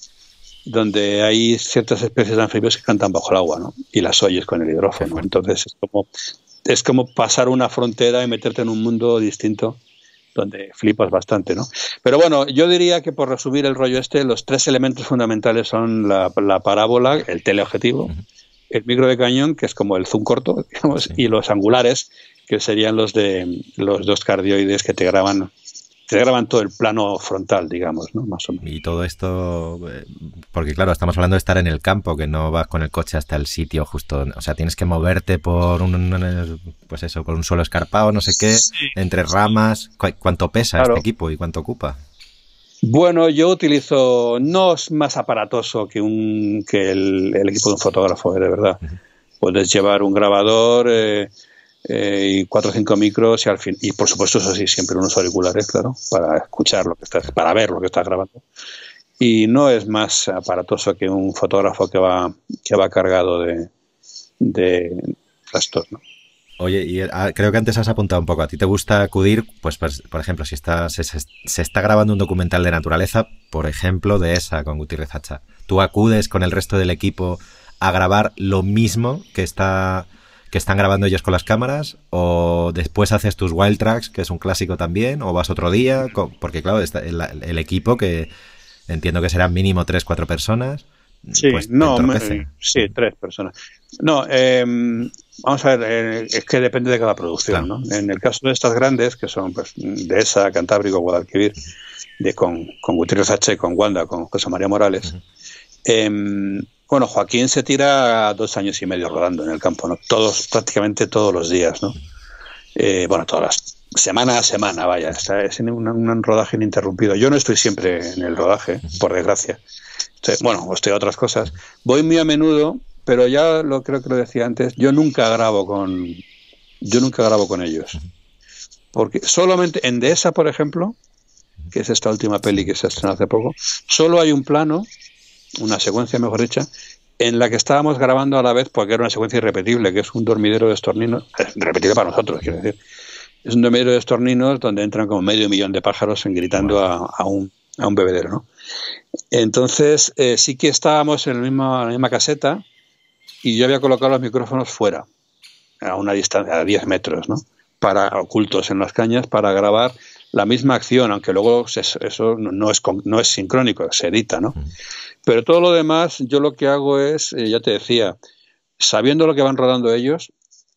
donde hay ciertas especies de anfibios que cantan bajo el agua, ¿no? Y las oyes con el hidrófono. Entonces es como, es como pasar una frontera y meterte en un mundo distinto donde flipas bastante, ¿no? Pero bueno, yo diría que por resumir el rollo este, los tres elementos fundamentales son la, la parábola, el teleobjetivo, uh-huh. el micro de cañón, que es como el zoom corto, digamos, sí. y los angulares, que serían los de los dos cardioides que te graban te graban todo el plano frontal, digamos, ¿no? Más o menos. Y todo esto, porque claro, estamos hablando de estar en el campo, que no vas con el coche hasta el sitio justo, o sea, tienes que moverte por un, pues eso, por un suelo escarpado, no sé qué, sí. entre ramas. ¿Cuánto pesa claro. este equipo y cuánto ocupa? Bueno, yo utilizo, no es más aparatoso que un que el, el equipo de un fotógrafo, de verdad. Uh-huh. Puedes llevar un grabador eh, eh, y cuatro o cinco micros y al fin, y por supuesto eso sí, siempre unos auriculares, claro, para escuchar lo que estás, para ver lo que estás grabando. Y no es más aparatoso que un fotógrafo que va que va cargado de de trastos, ¿no? Oye, y creo que antes has apuntado un poco, ¿a ti te gusta acudir, pues, pues por ejemplo, si está, se, se está grabando un documental de naturaleza, por ejemplo, de esa con Gutiérrez Hacha, ¿tú acudes con el resto del equipo a grabar lo mismo que está que están grabando ellos con las cámaras, o después haces tus wild tracks, que es un clásico también, o vas otro día? Porque claro, está el, el equipo, que entiendo que serán mínimo tres, cuatro personas, sí, pues no, me, sí, tres personas. No, eh, vamos a ver, eh, es que depende de cada producción, claro. ¿no? En el caso de estas grandes, que son pues de esa, Cantábrico, Guadalquivir, de con, con Gutiérrez Hacha y con Wanda, con José María Morales, uh-huh. eh, bueno, Joaquín se tira dos años y medio rodando en el campo, ¿no? Todos, prácticamente todos los días, ¿no? Eh, bueno, todas las semana a semana, vaya, está, es un, un rodaje ininterrumpido. Yo no estoy siempre en el rodaje, por desgracia. Estoy, bueno, estoy a otras cosas. Voy muy a menudo, pero ya lo creo que lo decía antes, yo nunca grabo con yo nunca grabo con ellos. Porque solamente en Dehesa, por ejemplo, que es esta última peli que se estrenó hace poco, solo hay un plano, una secuencia mejor dicha, en la que estábamos grabando a la vez, porque era una secuencia irrepetible, que es un dormidero de estorninos, repetible para nosotros, quiero decir. Es un dormidero de estorninos donde entran como medio millón de pájaros en gritando a, a, un, a un bebedero, ¿no? Entonces, eh, sí que estábamos en la misma, en la misma caseta y yo había colocado los micrófonos fuera, a una distancia de diez metros, ¿no? Para, ocultos en las cañas, para grabar la misma acción, aunque luego eso, eso no, es, no es sincrónico, se edita, ¿no? Pero todo lo demás, yo lo que hago es, eh, ya te decía, sabiendo lo que van rodando ellos,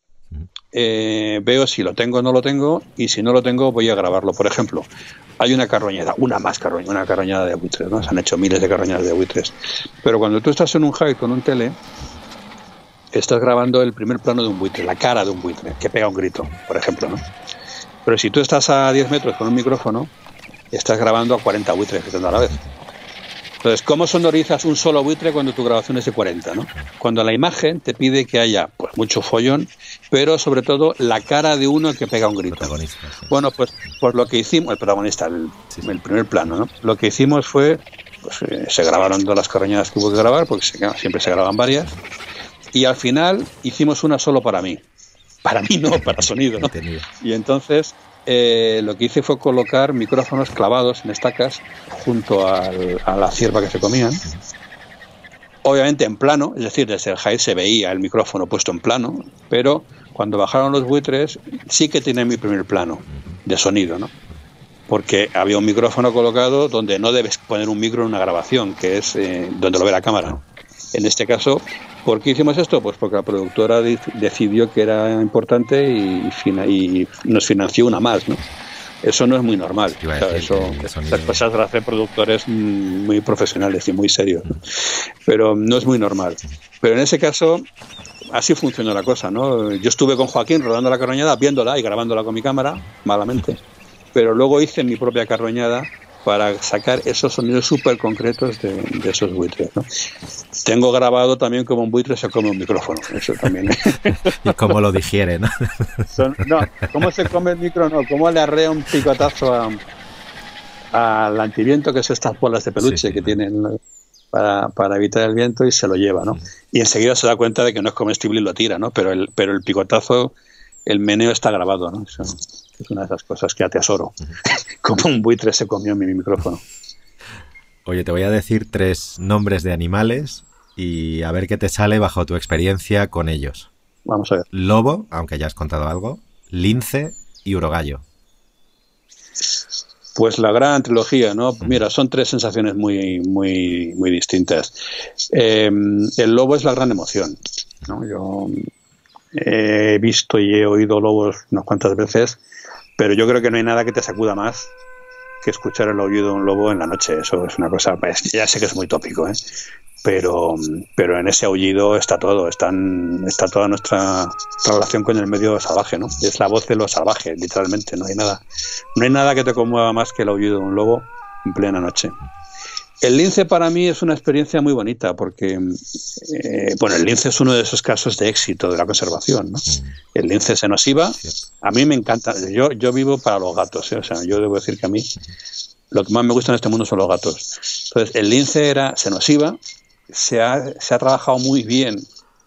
eh, veo si lo tengo o no lo tengo, y si no lo tengo voy a grabarlo. Por ejemplo, hay una carroñada, una más carroñada, una carroñada de buitres, ¿no? Se han hecho miles de carroñadas de buitres. Pero cuando tú estás en un high con un tele, estás grabando el primer plano de un buitre, la cara de un buitre, que pega un grito, por ejemplo, ¿no? Pero si tú estás a diez metros con un micrófono, estás grabando a cuarenta buitres gritando a la vez. Entonces, ¿cómo sonorizas un solo buitre cuando tu grabación es de cuarenta, ¿no? Cuando la imagen te pide que haya pues mucho follón, pero sobre todo la cara de uno que pega un grito. Sí. Bueno, pues, pues lo que hicimos, el protagonista, el, sí, sí. el primer plano, ¿no? Lo que hicimos fue, pues eh, se grabaron todas las carroñadas que hubo que grabar, porque se, siempre se graban varias, y al final hicimos una solo para mí. Para mí no, para sonido, ¿no? Y entonces eh, lo que hice fue colocar micrófonos clavados en estacas junto al, a la cierva que se comían. Obviamente en plano, es decir, desde el high se veía el micrófono puesto en plano, pero cuando bajaron los buitres sí que tenía mi primer plano de sonido, ¿no? Porque había un micrófono colocado donde no debes poner un micro en una grabación, que es eh, donde lo ve la cámara. En este caso, ¿por qué hicimos esto? Pues porque la productora de- decidió que era importante y, fina- y nos financió una más, ¿no? Eso no es muy normal. Iba a O sea, decir eso, que- que sonido- estas cosas las hacen productores mm, muy profesionales y muy serios, ¿no? Pero no es muy normal. Pero en ese caso, así funcionó la cosa, ¿no? Yo estuve con Joaquín rodando la carroñada, viéndola y grabándola con mi cámara, malamente, pero luego hice mi propia carroñada para sacar esos sonidos súper concretos de, de esos buitres, ¿no? Tengo grabado también como un buitre se come un micrófono, eso también. Y cómo lo digiere, ¿no? Son- no, ¿cómo se come el micro? No, ¿cómo le arrea un picotazo a, al antiviento, que es estas bolas de peluche Sí, sí, que ¿no? tienen para, para evitar el viento, y se lo lleva, ¿no? Y enseguida se da cuenta de que no es comestible y lo tira, ¿no? Pero el, pero el picotazo, el meneo está grabado, ¿no? Eso es una de esas cosas que atesoro. Como un buitre se comió mi micrófono. Oye, te voy a decir tres nombres de animales y a ver qué te sale bajo tu experiencia con ellos. Vamos a ver. Lobo, aunque ya has contado algo, lince y urogallo. Pues la gran trilogía, ¿no? Mira, son tres sensaciones muy, muy, muy distintas. Eh, el lobo es la gran emoción, ¿no? Yo he visto y he oído lobos unas cuantas veces, pero yo creo que no hay nada que te sacuda más que escuchar el aullido de un lobo en la noche. Eso es una cosa, pues, ya sé que es muy tópico, ¿eh? Pero, pero en ese aullido está todo, están, está toda nuestra relación con el medio salvaje, ¿no? Es la voz de lo salvaje, literalmente, no hay nada, no hay nada que te conmueva más que el aullido de un lobo en plena noche. El lince para mí es una experiencia muy bonita porque, eh, bueno, el lince es uno de esos casos de éxito de la conservación, ¿no? El lince se nos iba, a mí me encanta, yo, yo vivo para los gatos, ¿eh? O sea, yo debo decir que a mí lo que más me gusta en este mundo son los gatos. Entonces, el lince era, se nos iba, se ha, se ha trabajado muy bien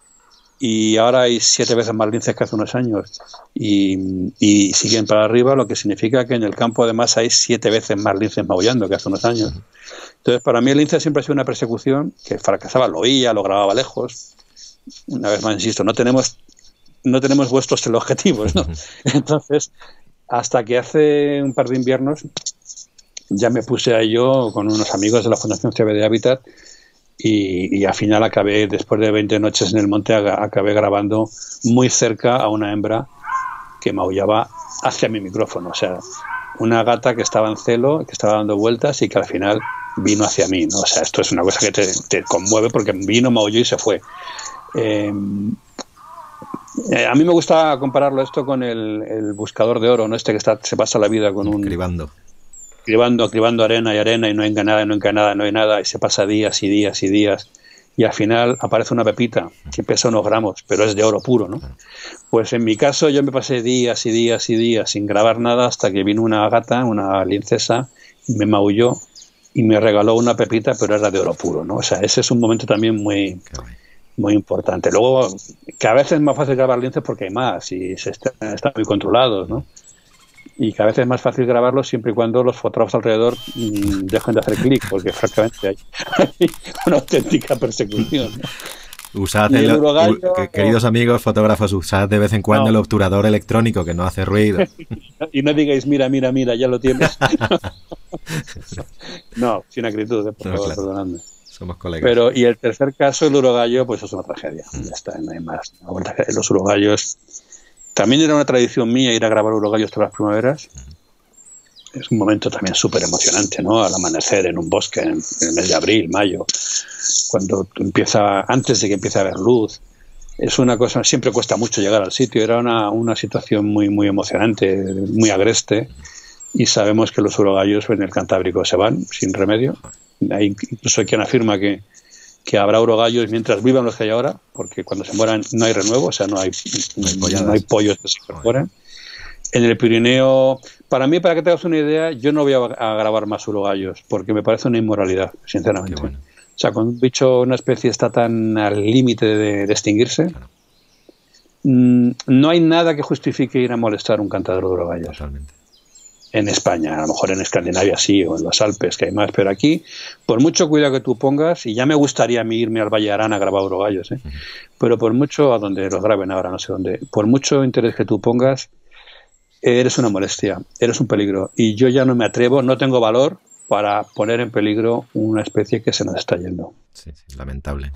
y ahora hay siete veces más linces que hace unos años y, y siguen para arriba, lo que significa que en el campo además hay siete veces más linces maullando que hace unos años. Entonces, para mí el lince siempre ha sido una persecución que fracasaba, lo oía, lo grababa lejos. Una vez más, insisto, no tenemos no tenemos vuestros teleobjetivos, ¿no? Entonces, hasta que hace un par de inviernos ya me puse a ello con unos amigos de la Fundación C B D Habitat y, y al final acabé, después de veinte noches en el monte, acabé grabando muy cerca a una hembra que maullaba hacia mi micrófono. O sea, una gata que estaba en celo, que estaba dando vueltas y que al final vino hacia mí, ¿no? O sea, esto es una cosa que te, te conmueve porque vino, maulló y se fue. Eh, eh, a mí me gusta compararlo esto con el, el buscador de oro, ¿no? Este que está, se pasa la vida con un... Cribando. Cribando, cribando arena y arena y no hay nada, no hay nada, no hay nada y se pasa días y días y días y al final aparece una pepita que pesa unos gramos, pero es de oro puro, ¿no? Pues en mi caso yo me pasé días y días y días sin grabar nada hasta que vino una gata, una lincesa, y me maulló y me regaló una pepita, pero era de oro puro, ¿no? O sea, ese es un momento también muy, muy importante. Luego, que a veces es más fácil grabar linces porque hay más y se está, están muy controlados, ¿no? Y que a veces es más fácil grabarlos siempre y cuando los fotógrafos alrededor mmm, dejen de hacer clic, porque francamente hay, hay una auténtica persecución, ¿no? Usad el, el urogallo, u, queridos amigos fotógrafos, usad de vez en cuando no. el obturador electrónico que no hace ruido. Y no digáis, mira, mira, mira, ya lo tienes. No, sin acritud, eh, por no, favor, claro. Perdonadme. Somos colegas. Pero, y el tercer caso, el urogallo, pues es una tragedia. Mm. Ya está, no hay más. Los urogallos... También era una tradición mía ir a grabar urogallos todas las primaveras. Es un momento también súper emocionante, ¿no? Al amanecer en un bosque, en, en el mes de abril, mayo, cuando empieza, antes de que empiece a haber luz. Es una cosa, siempre cuesta mucho llegar al sitio. Era una, una situación muy, muy emocionante, muy agreste. Y sabemos que los urogallos en el Cantábrico se van sin remedio. Hay incluso quien afirma que que habrá urogallos mientras vivan los que hay ahora, porque cuando se mueran no hay renuevo, o sea, no hay, no hay, no hay pollos que se incorporen. En el Pirineo, para mí, para que te hagas una idea, yo no voy a, a grabar más urogallos, porque me parece una inmoralidad, sinceramente. Bueno. O sea, cuando un bicho, una especie está tan al límite de, de extinguirse, claro. mmm, no hay nada que justifique ir a molestar un cantador de urogallos. Totalmente. en España. A lo mejor en Escandinavia sí, o en los Alpes, que hay más, pero aquí, por mucho cuidado que tú pongas, y ya me gustaría a mí irme al Valle de Arán a grabar urogallos, ¿eh? Uh-huh. Pero por mucho, a donde los graben ahora, no sé dónde, por mucho interés que tú pongas, eres una molestia, eres un peligro. Y yo ya no me atrevo, no tengo valor para poner en peligro una especie que se nos está yendo. Sí, sí, lamentable.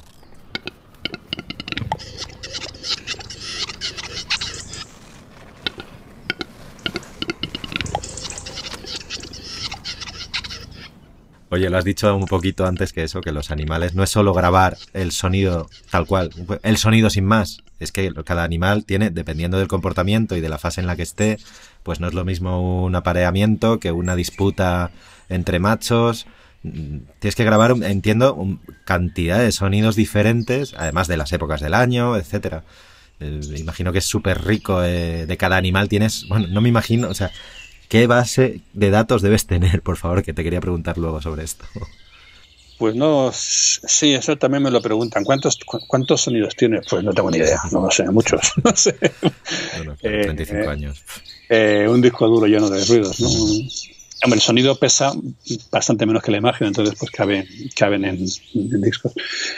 Oye, lo has dicho un poquito antes que eso, que los animales no es solo grabar el sonido tal cual, el sonido sin más. Es que cada animal tiene, dependiendo del comportamiento y de la fase en la que esté, pues no es lo mismo un apareamiento que una disputa entre machos. Tienes que grabar, entiendo, cantidad de sonidos diferentes, además de las épocas del año, etcétera. Eh, imagino que es súper rico. Eh, de cada animal tienes, bueno, no me imagino, o sea, ¿qué base de datos debes tener, por favor? Que te quería preguntar luego sobre esto. Pues no, sí, eso también me lo preguntan. ¿Cuántos cuántos sonidos tienes? Pues no tengo ni idea, no lo sé, muchos, no sé. Bueno, treinta y cinco eh, años. Eh, un disco duro lleno de ruidos, ¿no? Hombre, el sonido pesa bastante menos que la imagen, entonces pues caben, caben en, en discos.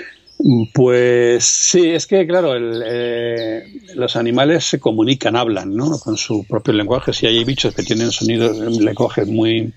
Pues sí, es que claro, el, eh, los animales se comunican, hablan, ¿no? Con su propio lenguaje. Si hay bichos que tienen sonidos, lenguajes muy,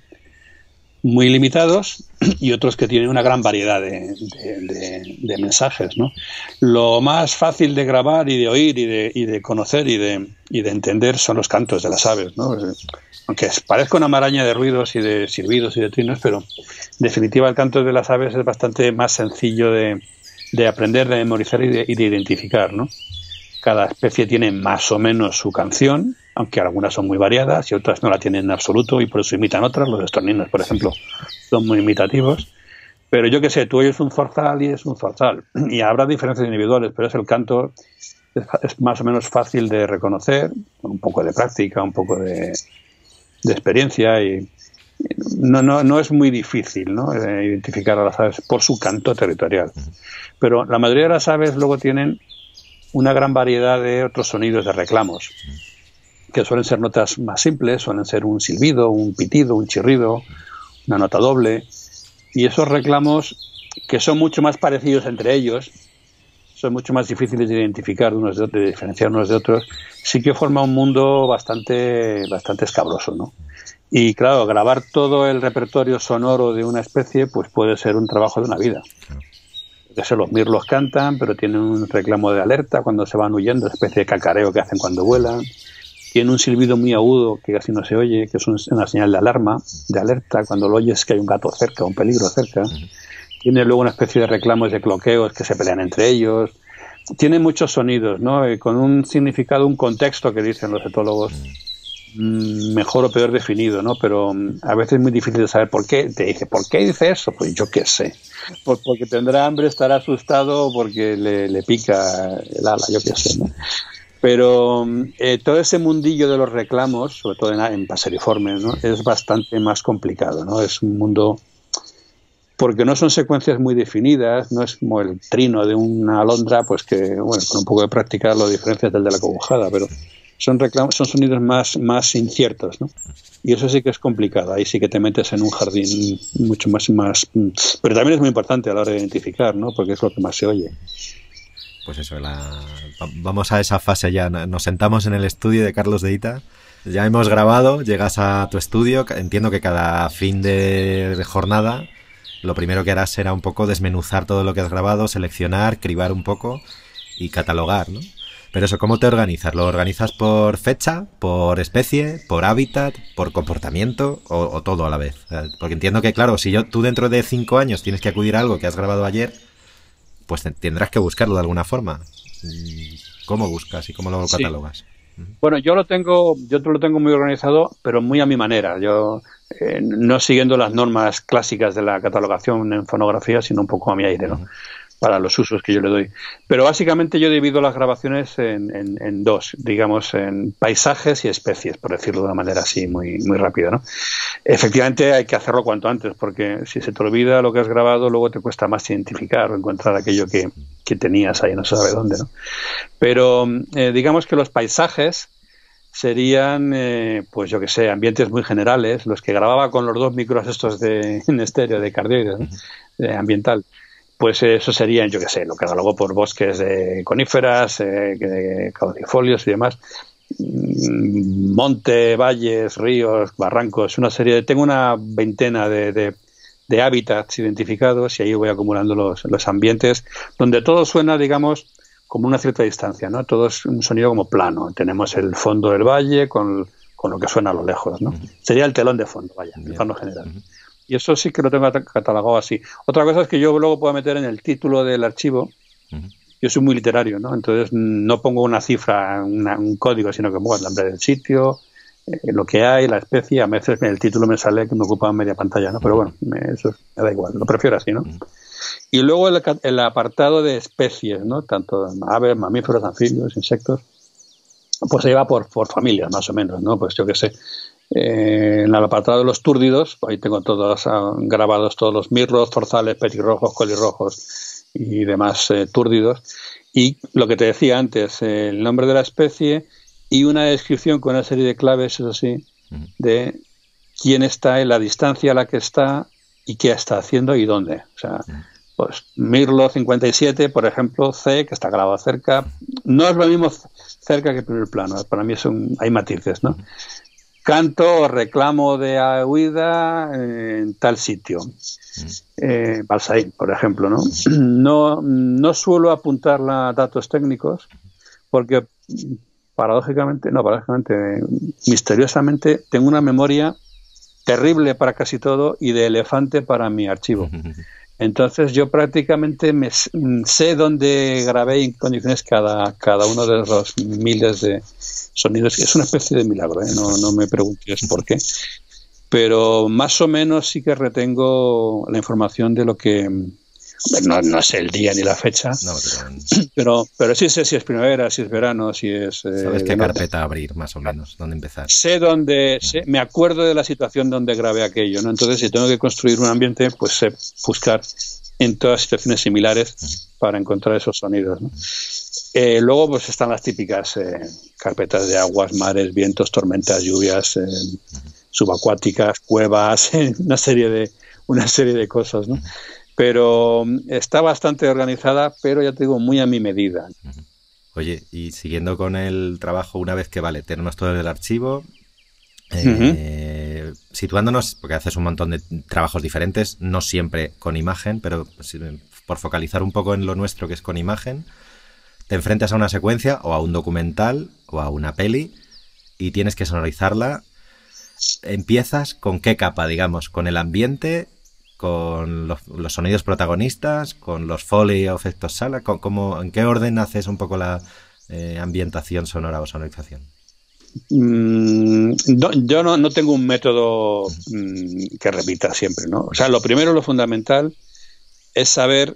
muy limitados y otros que tienen una gran variedad de, de, de, de mensajes, ¿no? Lo más fácil de grabar y de oír y de, y de conocer y de, y de entender son los cantos de las aves, ¿no? Aunque parezca una maraña de ruidos y de silbidos y de trinos, pero en definitiva el canto de las aves es bastante más sencillo de de aprender, de memorizar y de, y de identificar, ¿no? Cada especie tiene más o menos su canción, aunque algunas son muy variadas y otras no la tienen en absoluto y por eso imitan otras. Los estorninos, por ejemplo, son muy imitativos. Pero yo qué sé, tú oyes un zorzal y es un zorzal. Y habrá diferencias individuales, pero es el canto, es, es más o menos fácil de reconocer, con un poco de práctica, un poco de, de experiencia y no, no, no es muy difícil, ¿no? Eh, identificar a las aves por su canto territorial. Pero la mayoría de las aves luego tienen una gran variedad de otros sonidos de reclamos, que suelen ser notas más simples, suelen ser un silbido, un pitido, un chirrido, una nota doble, y esos reclamos, que son mucho más parecidos entre ellos, son mucho más difíciles de identificar de unos de otros, de diferenciar unos de otros, sí que forma un mundo bastante, bastante escabroso, ¿no? Y claro, grabar todo el repertorio sonoro de una especie pues puede ser un trabajo de una vida. Porque los mirlos cantan, pero tienen un reclamo de alerta cuando se van huyendo, una especie de cacareo que hacen cuando vuelan. Tienen un silbido muy agudo que casi no se oye, que es una señal de alarma, de alerta, cuando lo oyes que hay un gato cerca, un peligro cerca. Tiene luego una especie de reclamos de cloqueos que se pelean entre ellos. Tiene muchos sonidos, ¿no? Y con un significado, un contexto que dicen los etólogos, mejor o peor definido, ¿no? Pero a veces es muy difícil de saber por qué. Te dice, ¿por qué dice eso? Pues yo qué sé. Pues porque tendrá hambre, estará asustado o porque le, le pica el ala, yo qué sé, ¿no? Pero eh, todo ese mundillo de los reclamos, sobre todo en, en paseriformes, ¿no? Es bastante más complicado, ¿no? Es un mundo... porque no son secuencias muy definidas, no es como el trino de una alondra, pues que, bueno, con un poco de práctica lo diferencias del de la cobujada, pero son reclamos, son sonidos más, más inciertos, ¿no? Y eso sí que es complicado, ahí sí que te metes en un jardín mucho más, más... Pero también es muy importante a la hora de identificar, ¿no? Porque es lo que más se oye. Pues eso, la... vamos a esa fase ya, nos sentamos en el estudio de Carlos de Hita, ya hemos grabado, llegas a tu estudio, entiendo que cada fin de, de jornada lo primero que harás será un poco desmenuzar todo lo que has grabado, seleccionar, cribar un poco y catalogar, ¿no? Pero eso, ¿cómo te organizas? ¿Lo organizas por fecha, por especie, por hábitat, por comportamiento o, o todo a la vez? Porque entiendo que, claro, si yo tú dentro de cinco años tienes que acudir a algo que has grabado ayer, pues tendrás que buscarlo de alguna forma. ¿Cómo buscas y cómo lo catalogas? Sí. Bueno, yo lo tengo, yo lo tengo muy organizado, pero muy a mi manera. Yo eh, no siguiendo las normas clásicas de la catalogación en fonografía, sino un poco a mi aire, ¿no? Uh-huh. Para los usos que yo le doy. Pero básicamente yo divido las grabaciones en, en, en dos, digamos, en paisajes y especies, por decirlo de una manera así muy, muy rápida, ¿no? Efectivamente hay que hacerlo cuanto antes, porque si se te olvida lo que has grabado, luego te cuesta más identificar o encontrar aquello que, que tenías ahí, no se sabe dónde, ¿no? Pero eh, digamos que los paisajes serían, eh, pues yo que sé, ambientes muy generales, los que grababa con los dos micros estos de en estéreo, de cardioides, ¿no? De ambiental. Pues eso serían, yo que sé, lo que luego por bosques de coníferas, eh, de caducifolios y demás, monte, valles, ríos, barrancos, una serie de, tengo una veintena de, de, de hábitats identificados y ahí voy acumulando los, los ambientes donde todo suena, digamos, como una cierta distancia, ¿no? Todo es un sonido como plano. Tenemos el fondo del valle con, con lo que suena a lo lejos, ¿no? Uh-huh. Sería el telón de fondo, vaya, el plano general. Uh-huh. Y eso sí que lo tengo catalogado así. Otra cosa es que yo luego puedo meter en el título del archivo. Uh-huh. Yo soy muy literario, ¿no? Entonces no pongo una cifra, una, un código, sino que pongo el nombre del sitio, eh, lo que hay, la especie. A veces el título me sale que me ocupa media pantalla, ¿no? Pero bueno, me, eso me da igual. Lo prefiero así, ¿no? Uh-huh. Y luego el, el apartado de especies, ¿no? Tanto aves, mamíferos, anfibios, insectos, pues se lleva por, por familias, más o menos, ¿no? Pues yo qué sé. Eh, en el apartado de los túrdidos, ahí tengo todos uh, grabados todos los mirlos, zorzales, petirrojos, colirrojos y demás eh, túrdidos. Y lo que te decía antes, eh, el nombre de la especie y una descripción con una serie de claves, eso sí, uh-huh. de quién está en la distancia a la que está y qué está haciendo y dónde. O sea, uh-huh. pues Mirlo cincuenta y siete, por ejemplo, C, que está grabado cerca. No es lo mismo cerca que primer plano. Para mí es un, hay matices, ¿no? Uh-huh. Canto o reclamo de huida en tal sitio. Eh, Balsaín, por ejemplo, ¿no? No, no suelo apuntar a datos técnicos porque paradójicamente, no, paradójicamente, misteriosamente tengo una memoria terrible para casi todo y de elefante para mi archivo. Entonces yo prácticamente me sé dónde grabé en condiciones cada, cada uno de los miles de sonidos. Es una especie de milagro, ¿eh? No, no me preguntes por qué. Pero más o menos sí que retengo la información de lo que... No, no sé el día ni la fecha, no, pero... pero pero sí sé si es primavera, si es verano, si es... Eh, ¿Sabes qué carpeta abrir, más o menos? ¿Dónde empezar? Sé dónde... Sé, me acuerdo de la situación donde grabé aquello, ¿no? Entonces, si tengo que construir un ambiente, pues sé buscar en todas situaciones similares uh-huh. para encontrar esos sonidos, ¿no? Eh, luego, pues están las típicas eh, carpetas de aguas, mares, vientos, tormentas, lluvias, eh, uh-huh. subacuáticas, cuevas, una serie de una serie de cosas, ¿no? Uh-huh. Pero está bastante organizada, pero ya te digo, muy a mi medida. Uh-huh. Oye, y siguiendo con el trabajo, una vez que vale, tenemos todo el archivo, eh, uh-huh. situándonos, porque haces un montón de trabajos diferentes, no siempre con imagen, pero por focalizar un poco en lo nuestro, que es con imagen, te enfrentas a una secuencia o a un documental o a una peli y tienes que sonorizarla. ¿Empiezas con qué capa, digamos? ¿Con el ambiente? ¿Con los, los sonidos protagonistas? ¿Con los foley o efectos sala? ¿Con, cómo, ¿En qué orden haces un poco la eh, ambientación sonora o sonorización? Mm, no, yo no, no tengo un método mm, que repita siempre, ¿no? O sea, lo primero, lo fundamental es saber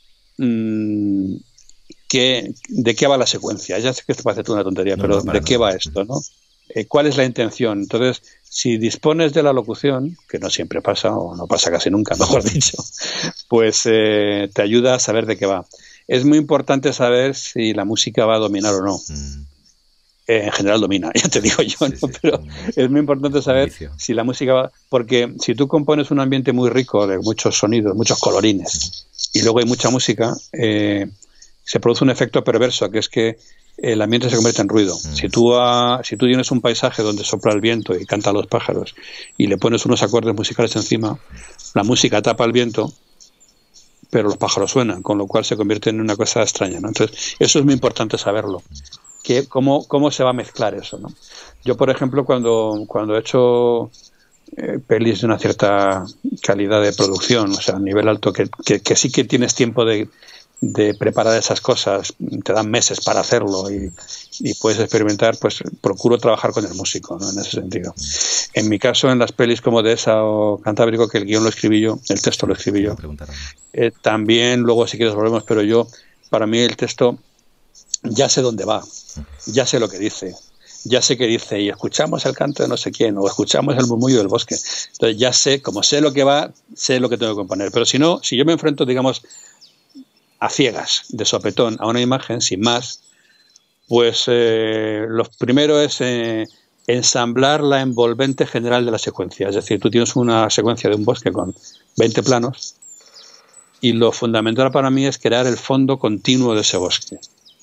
mm, qué, de qué va la secuencia. Ya sé que esto parece una tontería, no, pero no, ¿de qué va esto, no? Eh, ¿Cuál es la intención? Entonces, si dispones de la locución, que no siempre pasa, o no pasa casi nunca, mejor dicho, pues eh, te ayuda a saber de qué va. Es muy importante saber si la música va a dominar o no. Mm. Eh, en general domina, ya te digo yo, ¿no? Sí, sí, pero sí, es muy importante saber si la música va... Porque si tú compones un ambiente muy rico de muchos sonidos, muchos colorines, mm. y luego hay mucha música, eh, se produce un efecto perverso, que es que el ambiente se convierte en ruido. Mm. Si tú ha, si tú tienes un paisaje donde sopla el viento y cantan los pájaros y le pones unos acordes musicales encima, la música tapa el viento, pero los pájaros suenan, con lo cual se convierte en una cosa extraña, ¿no? Entonces, eso es muy importante saberlo. Que cómo, cómo se va a mezclar eso, ¿no? Yo, por ejemplo, cuando, cuando he hecho eh, pelis de una cierta calidad de producción, o sea, a nivel alto, que, que, que sí que tienes tiempo de de preparar esas cosas, te dan meses para hacerlo y, y puedes experimentar, pues procuro trabajar con el músico, ¿no? En ese sentido. En mi caso, en las pelis como de esa o Cantábrico, que el guión lo escribí yo, el texto lo escribí yo, eh, también luego si quieres volvemos, pero yo, para mí el texto ya sé dónde va, ya sé lo que dice, ya sé qué dice y escuchamos el canto de no sé quién o escuchamos el murmullo del bosque. Entonces ya sé, como sé lo que va, sé lo que tengo que componer. Pero si no, si yo me enfrento, digamos, a ciegas, de sopetón, a una imagen sin más, Pues eh, lo primero es eh, ensamblar la envolvente general de la secuencia. Es decir, tú tienes una secuencia de un bosque con veinte planos y lo fundamental para mí es crear el fondo continuo de ese bosque.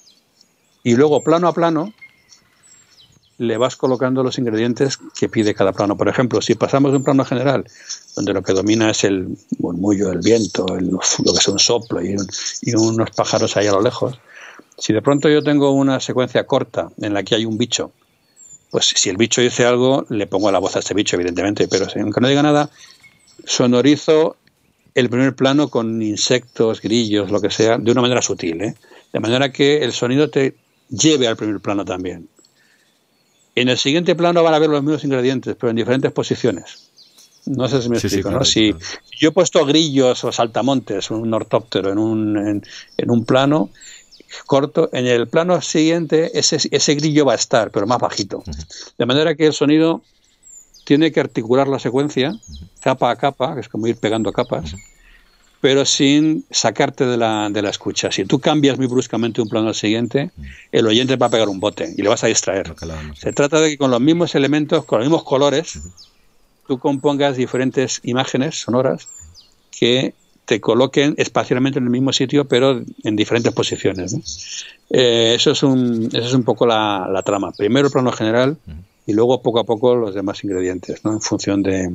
Y luego, plano a plano, le vas colocando los ingredientes que pide cada plano. Por ejemplo, si pasamos de un plano general, donde lo que domina es el murmullo, el viento, el, lo que es un soplo y, un, y unos pájaros ahí a lo lejos, si de pronto yo tengo una secuencia corta en la que hay un bicho, pues si el bicho dice algo, le pongo la voz a ese bicho, evidentemente, pero si, aunque no diga nada, sonorizo el primer plano con insectos, grillos, lo que sea, de una manera sutil, ¿eh? De manera que el sonido te lleve al primer plano también. En el siguiente plano van a ver los mismos ingredientes, pero en diferentes posiciones. No sé si me sí, explico, sí, ¿no? Si yo he puesto grillos o saltamontes, un ortóptero en un, en, en un plano corto, en el plano siguiente ese, ese grillo va a estar, pero más bajito. Uh-huh. De manera que el sonido tiene que articular la secuencia, uh-huh, capa a capa, que es como ir pegando capas, uh-huh, pero sin sacarte de la, de la escucha. Si tú cambias muy bruscamente un plano al siguiente, uh-huh, el oyente va a pegar un bote y le vas a distraer. Se trata de que con los mismos elementos, con los mismos colores, uh-huh, tú compongas diferentes imágenes sonoras que te coloquen espacialmente en el mismo sitio, pero en diferentes posiciones, ¿no? Eh, eso es un, eso es un poco la, la trama. Primero el plano general, uh-huh, y luego poco a poco los demás ingredientes, ¿no? En función de,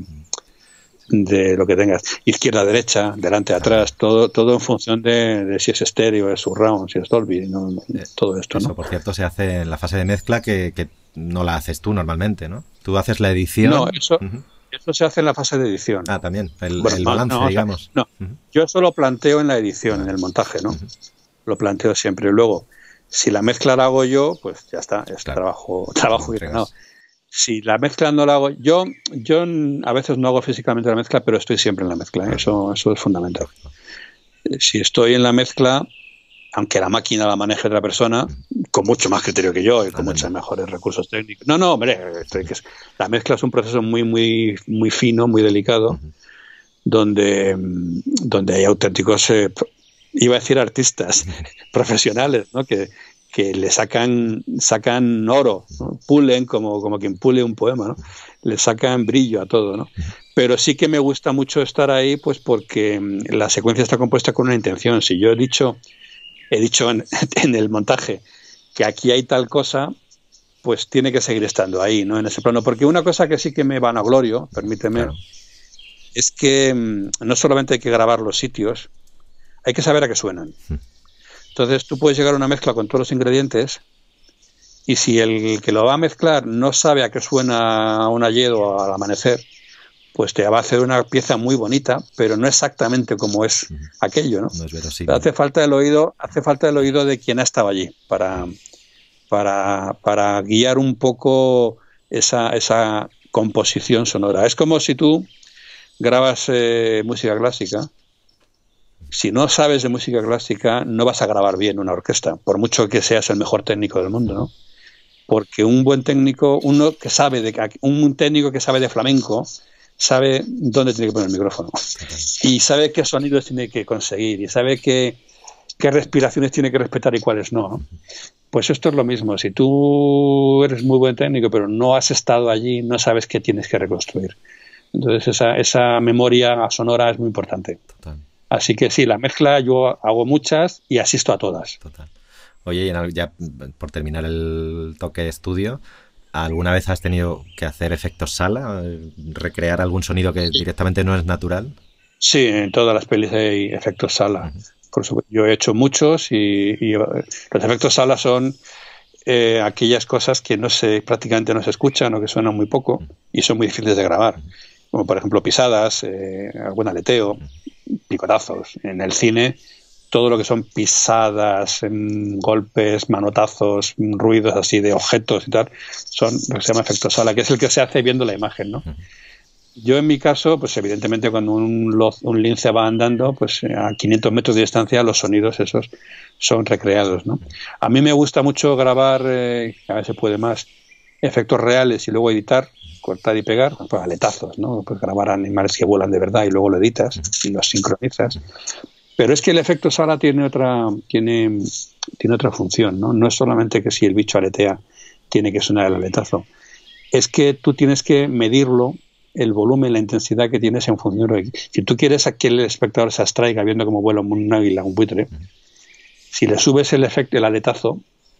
de lo que tengas. Izquierda, derecha, delante, atrás, todo, todo en función de, de si es estéreo, es surround, si es Dolby, ¿no? Todo esto, eso, ¿no? Por cierto, se hace en la fase de mezcla que, que no la haces tú normalmente, ¿no? Tú haces la edición. No, eso... Uh-huh. Eso se hace en la fase de edición. Ah, también, el, bueno, el balance, no, no, digamos. O sea, no, uh-huh, yo eso lo planteo en la edición, en el montaje, ¿no? Uh-huh. Lo planteo siempre. Luego, si la mezcla la hago yo, pues ya está, es claro, trabajo, trabajo y no. Si la mezcla no la hago yo, yo a veces no hago físicamente la mezcla, pero estoy siempre en la mezcla, ¿eh? Eso, eso es fundamental. Si estoy en la mezcla, aunque la máquina la maneje otra persona, con mucho más criterio que yo y con muchos mejores recursos técnicos. No, no, hombre, la mezcla es un proceso muy, muy, muy fino, muy delicado, uh-huh, donde, donde hay auténticos, eh, iba a decir artistas, profesionales, ¿no? Que, que le sacan, sacan oro, ¿no? Pulen como, como quien pule un poema, ¿no? Le sacan brillo a todo, ¿no? Pero sí que me gusta mucho estar ahí, pues porque la secuencia está compuesta con una intención. Si yo he dicho... he dicho en, en el montaje que aquí hay tal cosa, pues tiene que seguir estando ahí, ¿no? En ese plano. Porque una cosa que sí que me vanaglorio, permíteme, claro, es que no solamente hay que grabar los sitios, hay que saber a qué suenan. Entonces tú puedes llegar a una mezcla con todos los ingredientes y si el que lo va a mezclar no sabe a qué suena un ayedo al amanecer, pues te va a hacer una pieza muy bonita, pero no exactamente como es uh-huh, aquello, ¿no? No es verosímil. Hace falta el oído, hace falta el oído de quien ha estado allí para, para, para guiar un poco esa, esa composición sonora. Es como si tú grabas eh, música clásica. Si no sabes de música clásica, no vas a grabar bien una orquesta, por mucho que seas el mejor técnico del mundo, ¿no? Porque un buen técnico, uno que sabe de, un técnico que sabe de flamenco, sabe dónde tiene que poner el micrófono y sabe qué sonidos tiene que conseguir y sabe qué, qué respiraciones tiene que respetar y cuáles no. Pues esto es lo mismo. Si tú eres muy buen técnico pero no has estado allí, no sabes qué tienes que reconstruir. Entonces esa, esa memoria sonora es muy importante. Total. Así que sí, la mezcla yo hago muchas y asisto a todas. Total. Oye, y ya por terminar el toque estudio, ¿alguna vez has tenido que hacer efectos sala? ¿Recrear algún sonido que directamente no es natural? Sí, en todas las pelis hay efectos sala. Uh-huh. Por supuesto, yo he hecho muchos y, y los efectos sala son eh, aquellas cosas que no se prácticamente no se escuchan o que suenan muy poco uh-huh, y son muy difíciles de grabar. Uh-huh. Como por ejemplo pisadas, eh, algún aleteo, uh-huh, picotazos. En el cine, todo lo que son pisadas, golpes, manotazos, ruidos así de objetos y tal, son lo que se llama efecto sala, que es el que se hace viendo la imagen, ¿no? Uh-huh. Yo en mi caso, pues evidentemente cuando un, un lince va andando, pues a quinientos metros de distancia los sonidos esos son recreados, ¿no? A mí me gusta mucho grabar, eh, a veces se puede más, efectos reales y luego editar, cortar y pegar, pues aletazos, ¿no? Pues grabar animales que vuelan de verdad y luego lo editas y los sincronizas. Pero es que el efecto sala tiene otra, tiene tiene otra función, ¿no? No es solamente que si el bicho aletea tiene que sonar el aletazo. Es que tú tienes que medirlo, el volumen, la intensidad que tienes en función de... Si tú quieres que el espectador se abstraiga viendo cómo vuela un águila, un buitre, si le subes el efecto, el aletazo,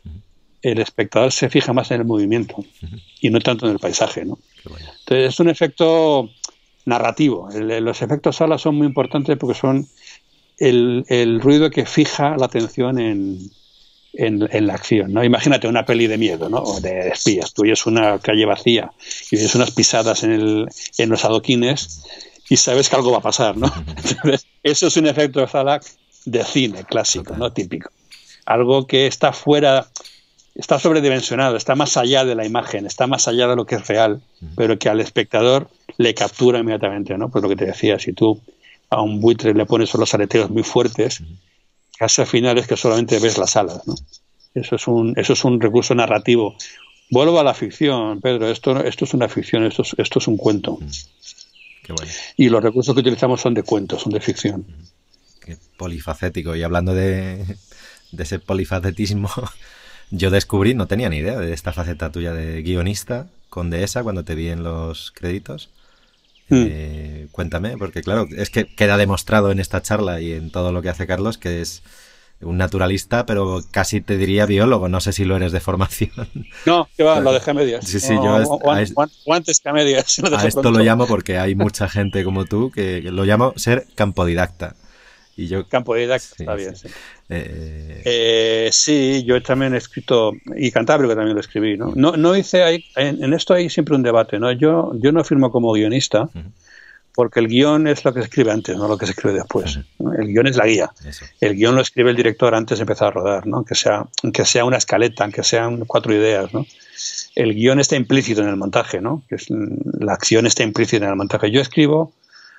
el espectador se fija más en el movimiento y no tanto en el paisaje, ¿no? Bueno. Entonces es un efecto narrativo. El, los efectos sala son muy importantes porque son el, el ruido que fija la atención en, en, en la acción, ¿no? Imagínate una peli de miedo, ¿no? O de espías. Tú oyes una calle vacía y oyes unas pisadas en, el, en los adoquines y sabes que algo va a pasar, ¿no? Entonces, eso es un efecto de sala de cine clásico, okay. ¿no? Típico. Algo que está fuera, está sobredimensionado, está más allá de la imagen, está más allá de lo que es real, uh-huh. pero que al espectador le captura inmediatamente, ¿no? Pues lo que te decía, si tú a un buitre le pones los aleteos muy fuertes, uh-huh. casi al final es que solamente ves las alas, ¿no? Eso es un, eso es un recurso narrativo. Vuelvo a la ficción, Pedro, esto, esto es una ficción, esto es, esto es un cuento. Uh-huh. Qué bueno. Y los recursos que utilizamos son de cuentos, son de ficción. Uh-huh. Qué polifacético. Y hablando de, de ese polifacetismo, yo descubrí, no tenía ni idea de esta faceta tuya de guionista con Dehesa cuando te vi en los créditos. Mm. Eh, cuéntame, porque claro, es que queda demostrado en esta charla y en todo lo que hace Carlos que es un naturalista, pero casi te diría biólogo. No sé si lo eres de formación. No, que va, pero, lo dejé a medias. Sí, sí, o, yo a, o, a, a, o antes que a medias. Lo a esto pronto. Lo llamo porque hay mucha gente como tú que, que lo llamo ser campodidacta. Y yo, Campodidacta, sí, está bien, sí. Sí. Eh... Eh, sí, yo también he escrito, y Cantábrico también lo escribí, ¿no? No, no hice, ahí, en, en esto hay siempre un debate, ¿no? Yo, yo no firmo como guionista, uh-huh. porque el guión es lo que se escribe antes, no lo que se escribe después. Uh-huh. ¿no? El guión es la guía. Eso. El guión lo escribe el director antes de empezar a rodar, ¿no? Aunque sea, aunque sea una escaleta, aunque sean cuatro ideas, ¿no? El guión está implícito en el montaje, ¿no? Que es, la acción está implícita en el montaje. Yo escribo...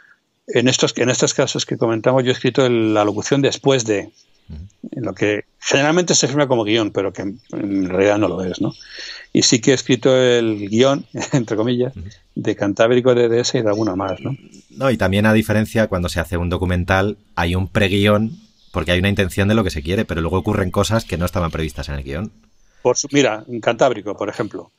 En estos, en estos casos que comentamos, yo he escrito el, la locución después de, en lo que generalmente se firma como guión, pero que en, en realidad no lo es, ¿no? Y sí que he escrito el guión, entre comillas, de Cantábrico, de Dehesa y de alguna más, ¿no? No, y también a diferencia, cuando se hace un documental, hay un preguión, porque hay una intención de lo que se quiere, pero luego ocurren cosas que no estaban previstas en el guión. Por su, mira, en Cantábrico, por ejemplo,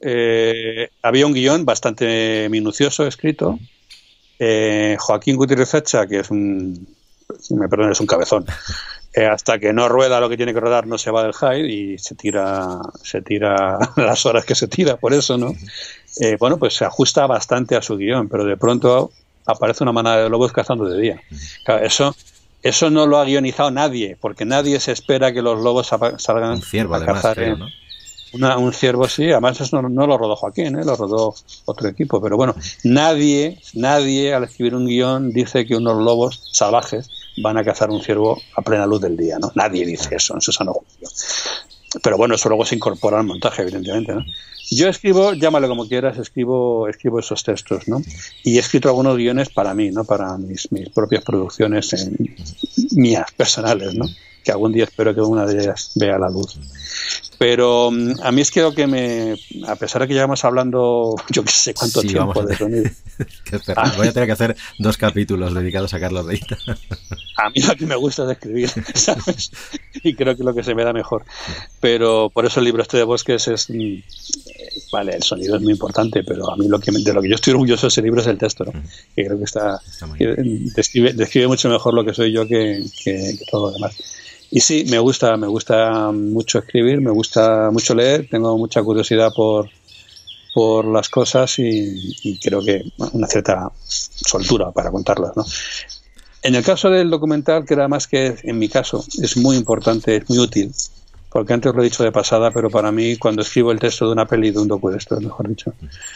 eh, había un guión bastante minucioso escrito. Uh-huh. Eh, Joaquín Gutiérrez Fecha, que es un, me perdonen, es un cabezón, eh, hasta que no rueda lo que tiene que rodar no se va del high y se tira se tira las horas que se tira, por eso, ¿no? Eh, bueno, pues se ajusta bastante a su guión, pero de pronto aparece una manada de lobos cazando de día. Claro, eso eso no lo ha guionizado nadie, porque nadie se espera que los lobos salgan un ciervo, a además, cazar creo, en, ¿no? Una, un ciervo, sí, además eso no, no lo rodó Joaquín, ¿eh? Lo rodó otro equipo, pero bueno, nadie, nadie al escribir un guión dice que unos lobos salvajes van a cazar un ciervo a plena luz del día, ¿no? Nadie dice eso en su sano juicio. Pero bueno, eso luego se incorpora al montaje, evidentemente, ¿no? Yo escribo, llámalo como quieras, escribo, escribo esos textos, ¿no? Y he escrito algunos guiones para mí, ¿no? Para mis, mis propias producciones en, mías, personales, ¿no? Que algún día espero que una de ellas vea la luz. Pero a mí es que lo que me... A pesar de que llevamos hablando yo qué sé cuánto sí, tiempo de sonido... ah, voy a tener que hacer dos capítulos dedicados a Carlos Deita. A mí lo que me gusta es escribir, ¿sabes? Y creo que es lo que se me da mejor. Pero por eso el libro este de Bosques es... Vale, el sonido es muy importante, pero a mí lo que de lo que yo estoy orgulloso de ese libro es el texto, ¿no? Que creo que está... Que describe, describe mucho mejor lo que soy yo que, que, que todo lo demás. Y sí, me gusta, me gusta mucho escribir, me gusta mucho leer, tengo mucha curiosidad por, por las cosas y, y creo que una cierta soltura para contarlas, ¿no? En el caso del documental, que era más que en mi caso, es muy importante, es muy útil, porque antes lo he dicho de pasada, pero para mí cuando escribo el texto de una peli, de un docu, esto mejor dicho,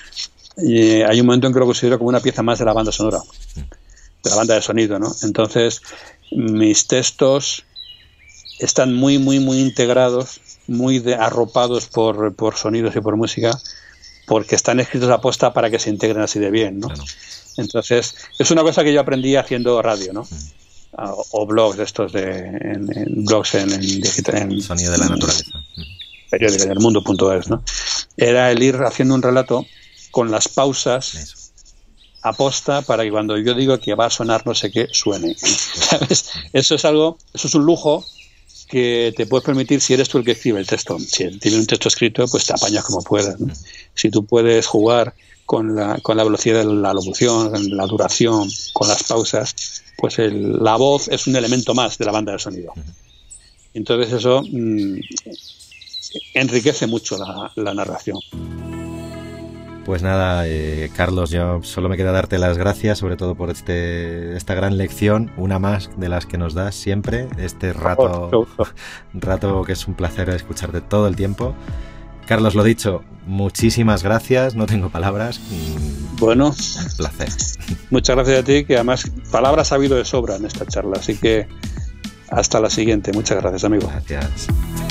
y hay un momento en que lo considero como una pieza más de la banda sonora, de la banda de sonido, ¿no? Entonces, mis textos están muy, muy, muy integrados, muy de, arropados por, por sonidos y por música, porque están escritos a posta para que se integren así de bien, ¿no? Claro. Entonces, es una cosa que yo aprendí haciendo radio, ¿no? Mm. O, o blogs de estos, de, en, en blogs en, en digital. En, Sonido de la naturaleza. Periódico, en el mundo punto es, ¿no? Era el ir haciendo un relato con las pausas Eso. a posta para que cuando yo digo que va a sonar no sé qué, suene. ¿Sabes? Eso es algo, eso es un lujo que te puedes permitir si eres tú el que escribe el texto. Si tienes un texto escrito, pues te apañas como puedas, ¿no? Si tú puedes jugar con la, con la velocidad de la locución, la duración, con las pausas, pues el, la voz es un elemento más de la banda de sonido. Entonces eso mmm, enriquece mucho la, la narración. Pues nada, eh, Carlos, yo solo me queda darte las gracias, sobre todo por este esta gran lección, una más de las que nos das siempre, este rato, rato que es un placer escucharte todo el tiempo. Carlos, lo dicho, muchísimas gracias, no tengo palabras. Bueno, un placer. Muchas gracias a ti, que además palabras ha habido de sobra en esta charla, así que hasta la siguiente. Muchas gracias, amigo. Gracias.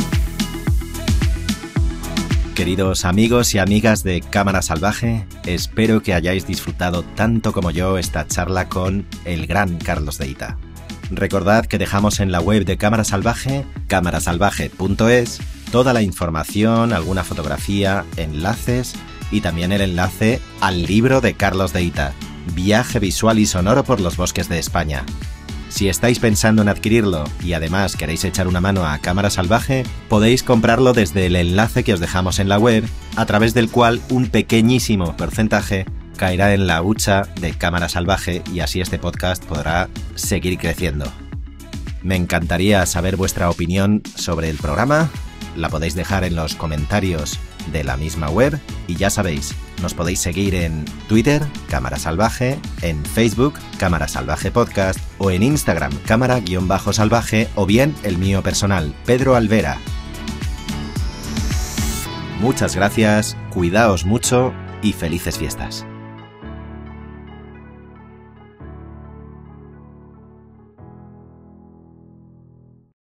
Queridos amigos y amigas de Cámara Salvaje, espero que hayáis disfrutado tanto como yo esta charla con el gran Carlos de Hita. Recordad que dejamos en la web de Cámara Salvaje, cámara salvaje punto es, toda la información, alguna fotografía, enlaces y también el enlace al libro de Carlos de Hita, Viaje visual y sonoro por los bosques de España. Si estáis pensando en adquirirlo y además queréis echar una mano a Cámara Salvaje, podéis comprarlo desde el enlace que os dejamos en la web, a través del cual un pequeñísimo porcentaje caerá en la hucha de Cámara Salvaje y así este podcast podrá seguir creciendo. Me encantaría saber vuestra opinión sobre el programa, la podéis dejar en los comentarios de la misma web y ya sabéis, nos podéis seguir en Twitter, Cámara Salvaje, en Facebook, Cámara Salvaje Podcast o en Instagram, Cámara-Salvaje o bien el mío personal, Pedro Alvera. Muchas gracias, cuidaos mucho y felices fiestas.